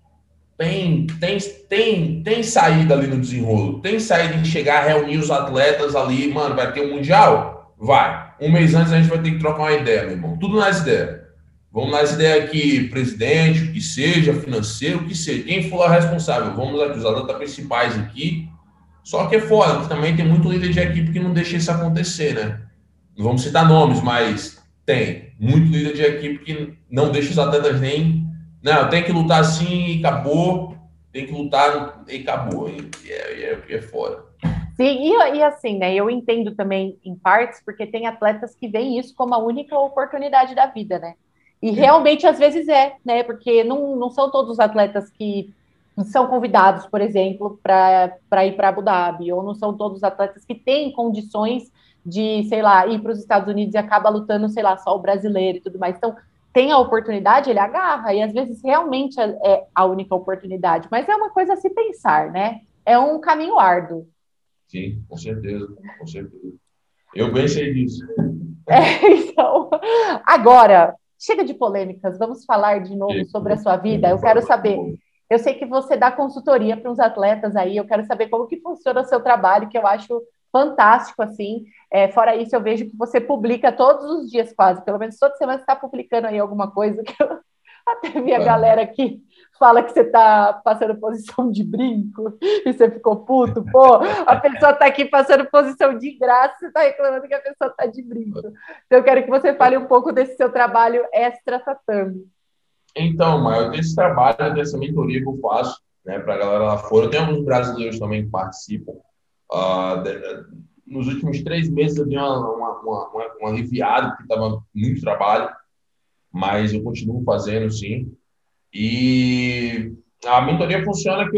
Speaker 2: tem saída ali no desenrolo. Tem saída de chegar a reunir os atletas ali. Mano, vai ter um Mundial? Vai. Um mês antes a gente vai ter que trocar uma ideia, meu irmão. Tudo nas ideias. Vamos nas ideias aqui, presidente, o que seja, financeiro, o que seja. Quem for lá responsável, vamos aqui, os atletas principais aqui. Só que é foda, que também tem muito líder de equipe que não deixa isso acontecer, né? Não vamos citar nomes, mas tem muito líder de equipe que não deixa os atletas nem... Não, tem que lutar assim e acabou. Tem que lutar e acabou. E é fora.
Speaker 1: Sim, e assim, né? Eu entendo também em partes, porque tem atletas que veem isso como a única oportunidade da vida, né? E realmente às vezes né? Porque não são todos os atletas que são convidados, por exemplo, para ir para Abu Dhabi, ou não são todos os atletas que têm condições de, sei lá, ir para os Estados Unidos e acaba lutando, sei lá, só o brasileiro e tudo mais. Então, tem a oportunidade, ele agarra, e às vezes realmente é a única oportunidade, mas é uma coisa a se pensar, né? É um caminho árduo.
Speaker 2: Sim, com certeza, com certeza. Eu bem sei disso.
Speaker 1: Então, agora, chega de polêmicas, vamos falar de novo sobre a sua vida. Eu quero saber, eu sei que você dá consultoria para uns atletas aí, eu quero saber como que funciona o seu trabalho, que eu acho fantástico, assim. Fora isso, eu vejo que você publica todos os dias quase, pelo menos toda semana você está publicando aí alguma coisa, que eu até vi a galera aqui fala que você está passando posição de brinco e você ficou puto. Pô, a pessoa está aqui passando posição de graça, você está reclamando que a pessoa está de brinco. Então, eu quero que você fale um pouco desse seu trabalho extra-tatame.
Speaker 2: Então, mas eu tenho esse trabalho, dessa mentoria que eu faço, né, para a galera lá fora. Eu tenho alguns brasileiros também que participam. Nos últimos 3 meses eu dei um aliviado, porque estava muito trabalho, mas eu continuo fazendo, sim. E a mentoria funciona que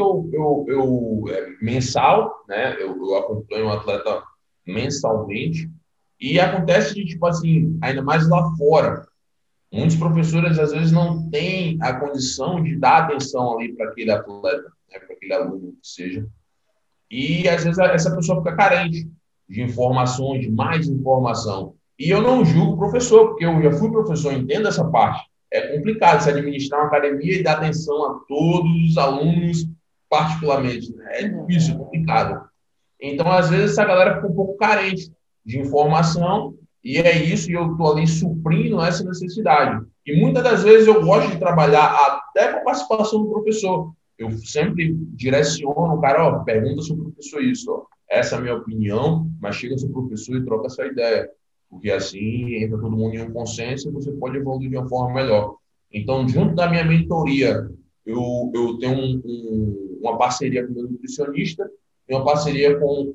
Speaker 2: mensal, né? Eu acompanho um atleta mensalmente e acontece de, tipo assim, ainda mais lá fora, muitos professores às vezes não têm a condição de dar atenção ali para aquele atleta, né? Para aquele aluno que seja. E às vezes essa pessoa fica carente de informações, de mais informação. E eu não julgo o professor, porque eu já fui professor, entendo essa parte. É complicado se administrar uma academia e dar atenção a todos os alunos particularmente, né? É difícil, é complicado. Então, às vezes, essa galera fica um pouco carente de informação e é isso, e eu estou ali suprindo essa necessidade. E muitas das vezes eu gosto de trabalhar até com a participação do professor. Eu sempre direciono o cara, pergunta se o professor isso, essa é a minha opinião, mas chega seu professor e troca essa ideia. Porque assim entra todo mundo em um consenso e você pode evoluir de uma forma melhor. Então, junto da minha mentoria, eu tenho uma parceria com o meu nutricionista e uma parceria com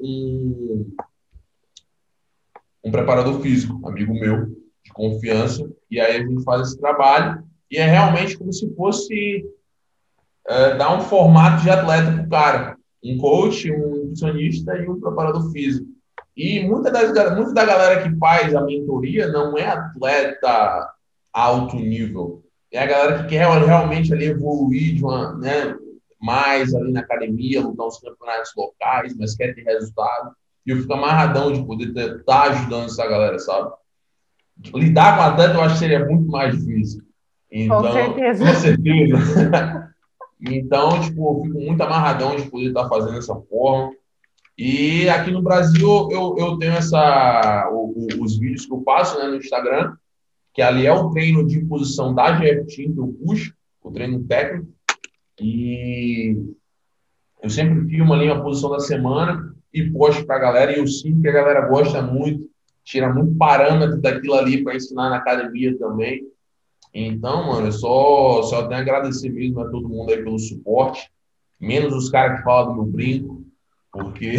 Speaker 2: um preparador físico, amigo meu, de confiança. E aí a gente faz esse trabalho e é realmente como se fosse dar um formato de atleta para o cara. Um coach, um nutricionista e um preparador físico. E muita da galera que faz a mentoria não é atleta alto nível. É a galera que quer realmente ali evoluir né, mais ali na academia, lutar os campeonatos locais, mas quer ter resultado. E eu fico amarradão de poder estar ajudando essa galera, sabe? Lidar com atleta eu acho que seria muito mais difícil. Então,
Speaker 1: Com certeza.
Speaker 2: com certeza. Então, tipo, eu fico muito amarradão de poder estar fazendo essa forma. E aqui no Brasil, eu tenho os vídeos que eu faço, né, no Instagram, que ali é o treino de posição da GF Team que eu puxo, o treino técnico. E eu sempre filmo ali a posição da semana e posto para a galera. E eu sinto que a galera gosta muito, tira muito parâmetro daquilo ali para ensinar na academia também. Então, mano, eu só tenho a agradecer mesmo a todo mundo aí pelo suporte, menos os caras que falam do meu brinco, porque.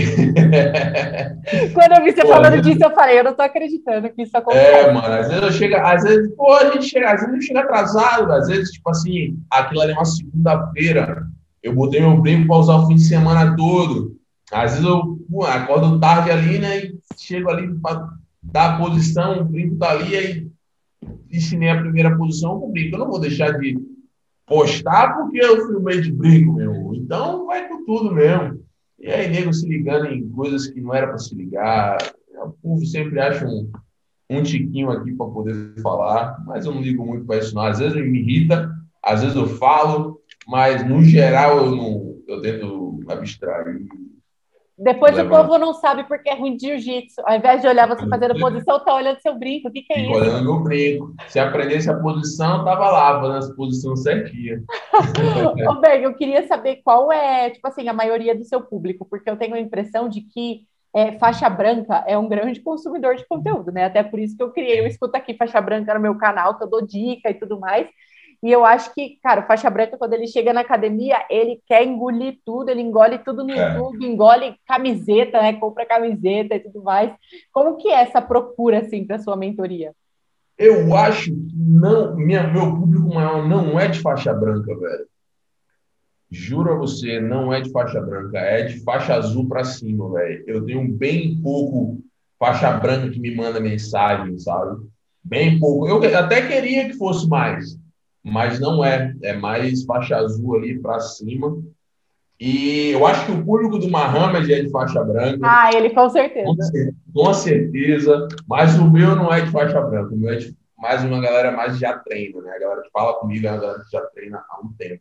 Speaker 1: Quando eu vi você
Speaker 2: Pô,
Speaker 1: falando disso, eu falei, eu não tô acreditando que isso acontece.
Speaker 2: mano, às vezes, pô, a gente chega, às vezes a gente chega atrasado, às vezes, tipo assim, aquilo ali é uma segunda-feira, eu botei meu brinco para usar o fim de semana todo. Às vezes eu acordo tarde ali, né, e chego ali para dar a posição, o brinco tá ali, aí ensinei a primeira posição com o brinco. Eu não vou deixar de postar porque eu filmei de brinco, meu. Então vai com tudo mesmo. E aí, nego se ligando em coisas que não era para se ligar. O povo sempre acha um tiquinho aqui para poder falar, mas eu não ligo muito para isso, não. Às vezes me irrita, às vezes eu falo, mas no geral eu tento abstrair e
Speaker 1: Depois o
Speaker 2: levar.
Speaker 1: povo não sabe porque é ruim de jiu-jitsu. Ao invés de olhar você fazendo posição, tá olhando seu brinco. O que é
Speaker 2: Fico
Speaker 1: isso?
Speaker 2: olhando meu brinco. Se aprendesse a posição, eu tava lá, fazendo as posições certinhas.
Speaker 1: Ô, Berg, eu queria saber qual é, tipo assim, a maioria do seu público, porque eu tenho a impressão de que faixa branca é um grande consumidor de conteúdo, né? Até por isso que eu criei o Escuta Aqui Faixa Branca no meu canal, que eu dou dica e tudo mais. E eu acho que, cara, o faixa branca, quando ele chega na academia, ele quer engolir tudo, ele engole tudo no
Speaker 2: É.
Speaker 1: YouTube, engole camiseta, né? Compra camiseta e tudo mais. Como que é essa procura, assim, para sua mentoria?
Speaker 2: Eu acho que meu público maior não é de faixa branca, velho. Juro a você, não é de faixa branca, é de faixa azul para cima, velho. Eu tenho bem pouco faixa branca que me manda mensagem, sabe? Bem pouco. Eu até queria que fosse mais, mas não é. É mais faixa azul ali para cima. E eu acho que o público do Mohamed é de faixa branca,
Speaker 1: Ah, ele com certeza.
Speaker 2: com certeza, mas o meu não é de faixa branca. O meu é de mais uma galera mais de já treina, né? A galera que fala comigo é uma galera que já treina há um tempo.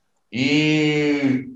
Speaker 2: E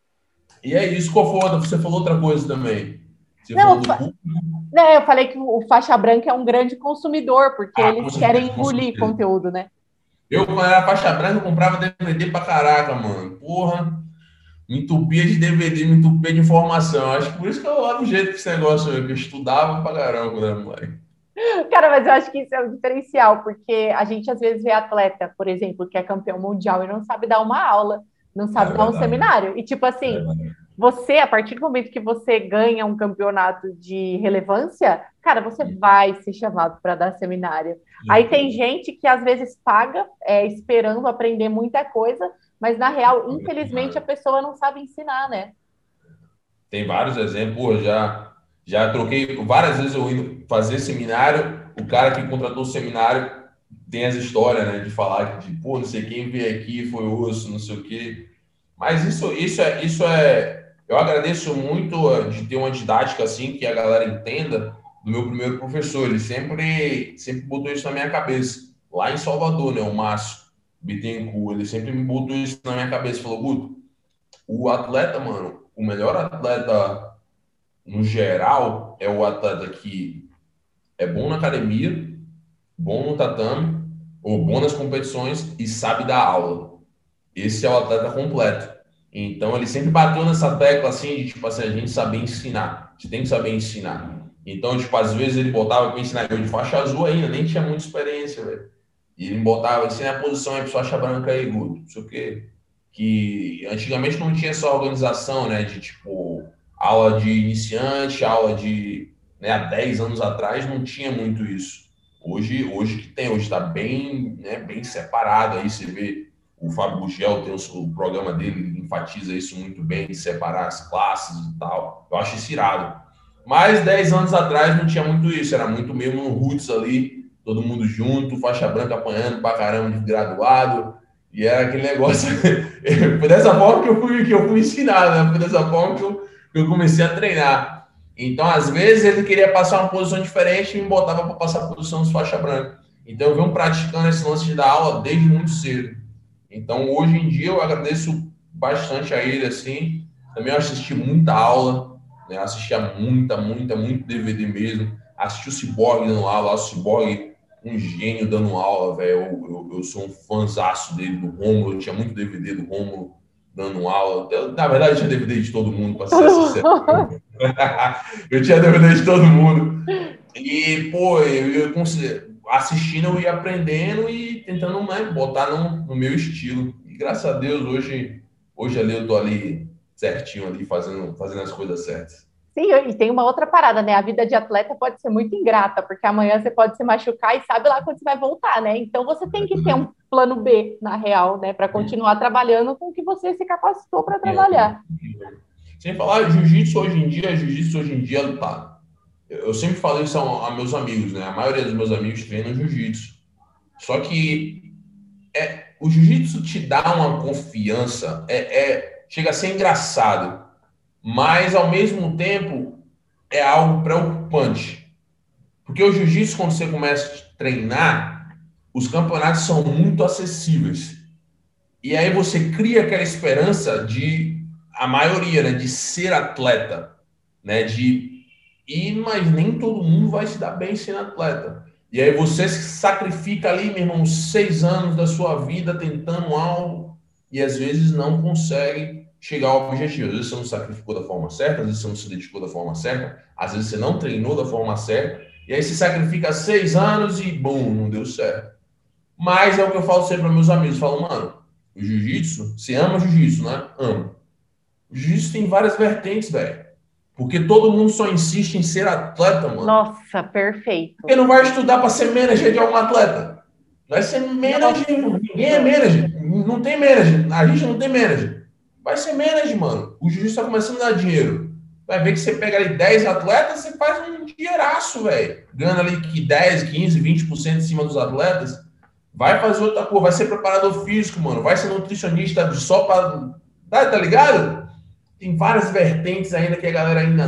Speaker 2: é isso. Qual foi outra? Você falou outra coisa também. Você
Speaker 1: Não,
Speaker 2: falou do público.
Speaker 1: né, eu falei que o faixa branca é um grande consumidor, porque
Speaker 2: Ah,
Speaker 1: eles
Speaker 2: com
Speaker 1: querem
Speaker 2: certeza, com
Speaker 1: engolir
Speaker 2: certeza.
Speaker 1: conteúdo, né?
Speaker 2: Eu, quando era faixa branca, eu comprava DVD pra caraca, mano. Porra, me entupia de DVD, me entupia de informação. Acho que por isso que eu lá do jeito que esse negócio aí, que eu estudava pra caramba quando era moleque.
Speaker 1: Cara, mas eu acho que isso é um diferencial, porque a gente às vezes vê atleta, por exemplo, que é campeão mundial e não sabe dar uma aula, não
Speaker 2: É
Speaker 1: sabe dar um
Speaker 2: verdade.
Speaker 1: seminário. E tipo
Speaker 2: É
Speaker 1: assim,
Speaker 2: verdade.
Speaker 1: você, a partir do momento que você ganha um campeonato de relevância, cara, você vai ser chamado para dar seminário.
Speaker 2: Com
Speaker 1: Aí tem
Speaker 2: certeza.
Speaker 1: gente que às vezes paga, esperando aprender muita coisa, mas na real, infelizmente, a pessoa não sabe ensinar, né?
Speaker 2: Tem vários exemplos. Pô, já troquei várias vezes eu indo fazer seminário. O cara que contratou o seminário tem as histórias, né? De falar que, pô, não sei quem veio aqui, foi osso, não sei o quê. Mas isso é. Eu agradeço muito de ter uma didática assim que a galera entenda do meu primeiro professor. Ele sempre botou isso na minha cabeça. Lá em Salvador, né? O Márcio Bittencourt, ele sempre me botou isso na minha cabeça. Falou, Guto, o atleta, mano, o melhor atleta no geral é o atleta que é bom na academia, bom no tatame, ou bom nas competições e sabe dar aula. Esse é o atleta completo. Então, ele sempre bateu nessa tecla assim, de tipo assim, a gente saber ensinar. Você tem que saber ensinar. Então, tipo, às vezes ele botava para ensinar eu de faixa azul ainda, nem tinha muita experiência, velho. E ele botava, ensina a posição aí, faixa branca aí, Guto, não sei o quê. Que antigamente não tinha essa organização, né, de tipo, aula de iniciante, aula de, né, há 10 anos atrás não tinha muito isso. Hoje que tem, hoje está bem, né, bem separado aí, você vê o Fábio Gugel tem o programa dele, ele enfatiza isso muito bem, de separar as classes e tal. Eu acho isso irado. Mas 10 anos atrás não tinha muito isso, era muito mesmo no roots ali, todo mundo junto, faixa branca apanhando pra caramba de graduado, e era aquele negócio. Foi dessa forma que eu fui ensinado, né? Foi dessa forma que eu comecei a treinar. Então, às vezes, ele queria passar uma posição diferente e me botava para passar a posição dos faixa branca. Então, eu venho praticando esse lance de dar aula desde muito cedo. Então, hoje em dia, eu agradeço bastante a ele, assim. Também eu assisti muita aula, né? Assistia muito DVD mesmo. Assisti o Cyborg dando aula, o Cyborg, um gênio dando aula, velho. Eu sou um fãzaço dele, do Rômulo. Eu tinha muito DVD do Rômulo dando aula. Na verdade, eu tinha DVD de todo mundo, para ser sincero. Eu tinha DVD de todo mundo. E, pô, assistindo, eu ia aprendendo e tentando, né, botar no meu estilo. E graças a Deus, hoje ali eu tô ali certinho, ali, fazendo as coisas certas.
Speaker 1: Sim, e tem uma outra parada, né? A vida de atleta pode ser muito ingrata, porque amanhã você pode se machucar e sabe lá quando você vai voltar, né? Então você tem que ter um plano B, na real, né? Para continuar trabalhando com o que você se capacitou para trabalhar.
Speaker 2: Sem falar, jiu-jitsu hoje em dia, tá. Eu sempre falo isso a meus amigos, né? A maioria dos meus amigos treinam jiu-jitsu. Só que o jiu-jitsu te dá uma confiança, chega a ser engraçado, mas ao mesmo tempo é algo preocupante. Porque o jiu-jitsu, quando você começa a treinar, os campeonatos são muito acessíveis. E aí você cria aquela esperança de, a maioria, né, de ser atleta, né, mas nem todo mundo vai se dar bem sendo atleta. E aí você se sacrifica ali, meu irmão, 6 anos da sua vida tentando algo e às vezes não consegue chegar ao objetivo. Às vezes você não sacrificou da forma certa, às vezes você não se dedicou da forma certa, às vezes você não treinou da forma certa, e aí se sacrifica 6 anos e, bum, não deu certo. Mas é o que eu falo sempre para meus amigos, eu falo, mano, o jiu-jitsu, você ama jiu-jitsu, né? Amo. O jiu-jitsu tem várias vertentes, velho. Porque todo mundo só insiste em ser atleta, mano.
Speaker 1: Nossa, perfeito.
Speaker 2: Porque não vai estudar para ser manager de algum atleta. Vai ser manager, ninguém é manager. Não tem manager. A gente não tem manager. Vai ser manager, mano. O jiu-jitsu tá começando a dar dinheiro. Vai ver que você pega ali 10 atletas, você faz um dinheiraço, velho. Ganha ali 10, 15, 20% em cima dos atletas. Vai fazer outra coisa, vai ser preparador físico, mano. Vai ser nutricionista só para. Tá ligado? Tem várias vertentes ainda que a galera ainda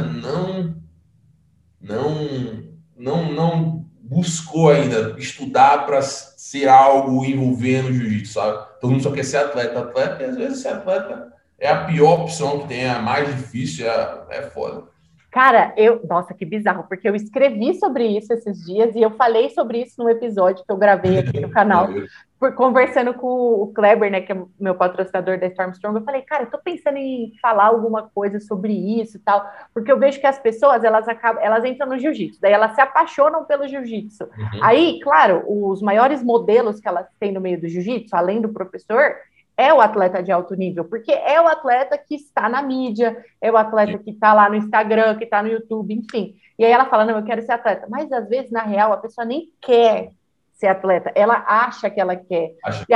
Speaker 2: não buscou ainda estudar para ser algo envolvendo o jiu-jitsu, sabe? Todo mundo só quer ser atleta, e às vezes ser atleta é a pior opção que tem, é a mais difícil, é foda.
Speaker 1: Cara, nossa, que bizarro, porque eu escrevi sobre isso esses dias e eu falei sobre isso num episódio que eu gravei aqui no canal, conversando com o Kleber, né, que é meu patrocinador da Stormstrong. Eu falei, cara, eu tô pensando em falar alguma coisa sobre isso e tal, porque eu vejo que as pessoas, elas entram no jiu-jitsu, daí elas se apaixonam pelo jiu-jitsu. Uhum. Aí, claro, os maiores modelos que elas têm no meio do jiu-jitsu, além do professor, é o atleta de alto nível, porque é o atleta que está na mídia, é o atleta que está lá no Instagram, que está no YouTube, enfim. E aí ela fala, não, eu quero ser atleta. Mas, às vezes, na real, a pessoa nem quer ser atleta, ela acha que ela quer.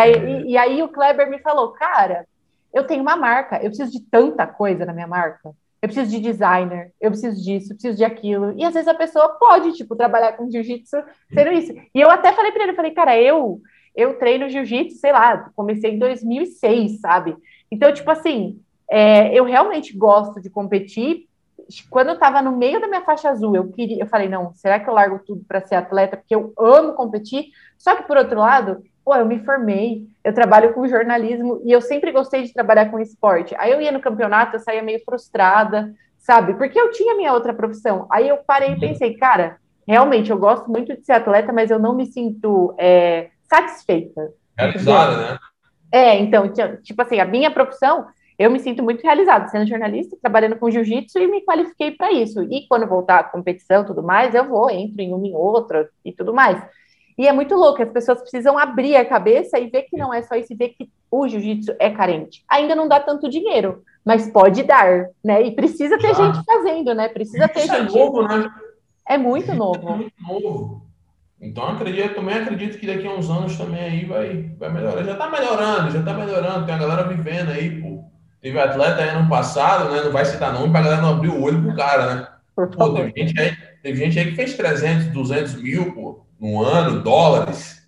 Speaker 1: E aí o Kleber me falou, cara, eu tenho uma marca, eu preciso de tanta coisa na minha marca. Eu preciso de designer, eu preciso disso, eu preciso de aquilo. E, às vezes, a pessoa pode, tipo, trabalhar com jiu-jitsu sendo isso. E eu até falei para ele, eu falei, cara, eu treino jiu-jitsu, sei lá, comecei em 2006, sabe? Então, tipo assim, eu realmente gosto de competir. Quando eu tava no meio da minha faixa azul, eu falei, não, será que eu largo tudo para ser atleta? Porque eu amo competir. Só que, por outro lado, pô, eu me formei, eu trabalho com jornalismo e eu sempre gostei de trabalhar com esporte. Aí eu ia no campeonato, eu saía meio frustrada, sabe? Porque eu tinha minha outra profissão. Aí eu parei e pensei, cara, realmente, eu gosto muito de ser atleta, mas eu não me sinto satisfeita.
Speaker 2: Realizada, né?
Speaker 1: Então, tipo assim, a minha profissão, eu me sinto muito realizada, sendo jornalista, trabalhando com jiu-jitsu e me qualifiquei para isso. E quando voltar à competição e tudo mais, entro em uma em outra e tudo mais. E é muito louco, as pessoas precisam abrir a cabeça e ver que não é só isso, e ver que o jiu-jitsu é carente. Ainda não dá tanto dinheiro, mas pode dar, né? E precisa ter gente fazendo, né? Precisa ter gente.
Speaker 2: É novo, né?
Speaker 1: É muito novo.
Speaker 2: É muito novo. Então, também acredito que daqui a uns anos também aí vai melhorar. Já tá melhorando. Tem a galera vivendo aí, pô. Teve atleta aí ano passado, né? Não vai citar nome pra galera não abrir o olho pro cara, né? Pô, teve gente aí que fez 300, 200 mil, pô, no ano, dólares.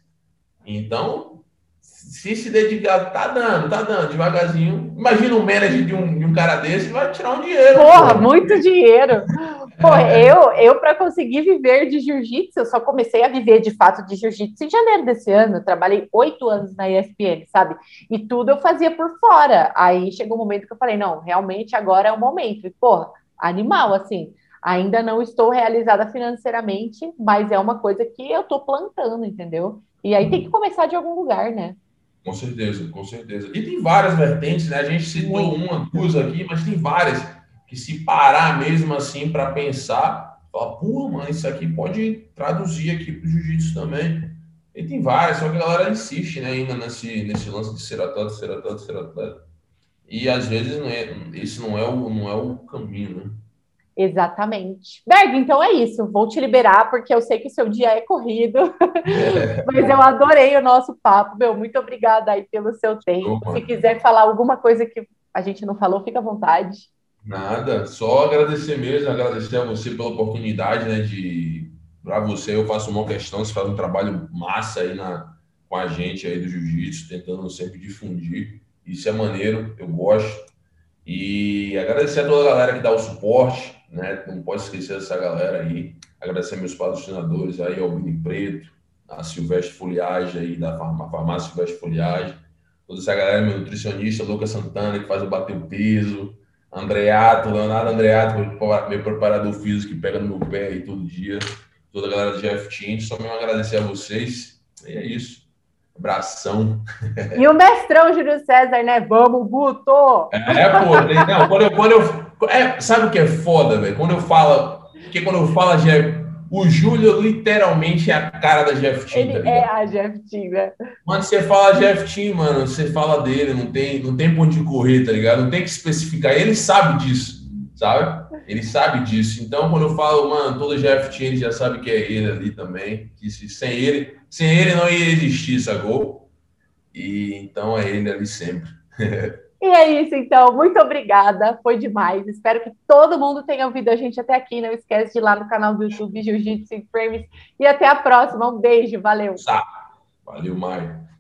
Speaker 2: Então, se dedicar, tá dando, devagarzinho. Imagina um manager de um cara desse, vai tirar um dinheiro.
Speaker 1: Porra, muito dinheiro. Pô, eu para conseguir viver de jiu-jitsu, eu só comecei a viver de fato de jiu-jitsu em janeiro desse ano. Eu trabalhei 8 anos na ESPN, sabe? E tudo eu fazia por fora. Aí chegou um momento que eu falei, não, realmente agora é o momento. E, porra, animal, assim. Ainda não estou realizada financeiramente, mas é uma coisa que eu tô plantando, entendeu? E aí tem que começar de algum lugar, né?
Speaker 2: Com certeza, com certeza. E tem várias vertentes, né? A gente citou
Speaker 1: Muito.
Speaker 2: uma, duas aqui, mas tem várias que se parar mesmo assim para pensar, fala, pô, mano, isso aqui pode traduzir aqui para o jiu-jitsu também. E tem várias, só que a galera insiste, né, ainda nesse lance de ser atleta, ser atleta, ser atleta. E às vezes esse não é o caminho, né?
Speaker 1: Exatamente. Berg, então é isso. Vou te liberar, porque eu sei que o seu dia é corrido, mas eu adorei o nosso papo. Meu, muito obrigada aí pelo seu tempo.
Speaker 2: Show,
Speaker 1: Se
Speaker 2: mano.
Speaker 1: quiser falar alguma coisa que a gente não falou, fica à vontade.
Speaker 2: Nada, só agradecer mesmo, agradecer a você pela oportunidade, né, de para você eu faço uma questão, você faz um trabalho massa aí com a gente aí do jiu-jitsu, tentando sempre difundir. Isso é maneiro, eu gosto. E agradecer a toda a galera que dá o suporte, né? Não pode esquecer dessa galera aí. Agradecer meus patrocinadores aí, ao Vini Preto, a Silvestre Foliagem aí da farmácia Silvestre Foliagem, toda essa galera, meu nutricionista, Lucas Santana, que faz eu bater o peso, Andreato, Leonardo Andreato, meu preparador físico que pega no meu pé aí todo dia, toda a galera do GF Team, só mesmo agradecer a vocês. E é isso. Abração.
Speaker 1: E o mestrão Júlio César, né? Vamos, Guto!
Speaker 2: Pô, não, sabe o que é foda, velho? Porque quando eu falo Jeff, o Júlio literalmente é a cara da Jeff Team,
Speaker 1: Ele
Speaker 2: tá
Speaker 1: é
Speaker 2: ligado?
Speaker 1: a Jeff Team, né?
Speaker 2: Quando você fala Jeff Team, mano, você fala dele, não tem ponto de correr, tá ligado? Não tem que especificar. Ele sabe disso, sabe? Ele sabe disso. Então, quando eu falo, mano, todo Jeff Team, ele já sabe que é ele ali também. Que sem ele não ia existir, sacou? E então é ele ali sempre.
Speaker 1: E é isso, então. Muito obrigada. Foi demais. Espero que todo mundo tenha ouvido a gente até aqui. Não esquece de ir lá no canal do YouTube Jiu-Jitsu em Frames. E até a próxima. Um beijo. Valeu.
Speaker 2: Tá. Valeu, Maio.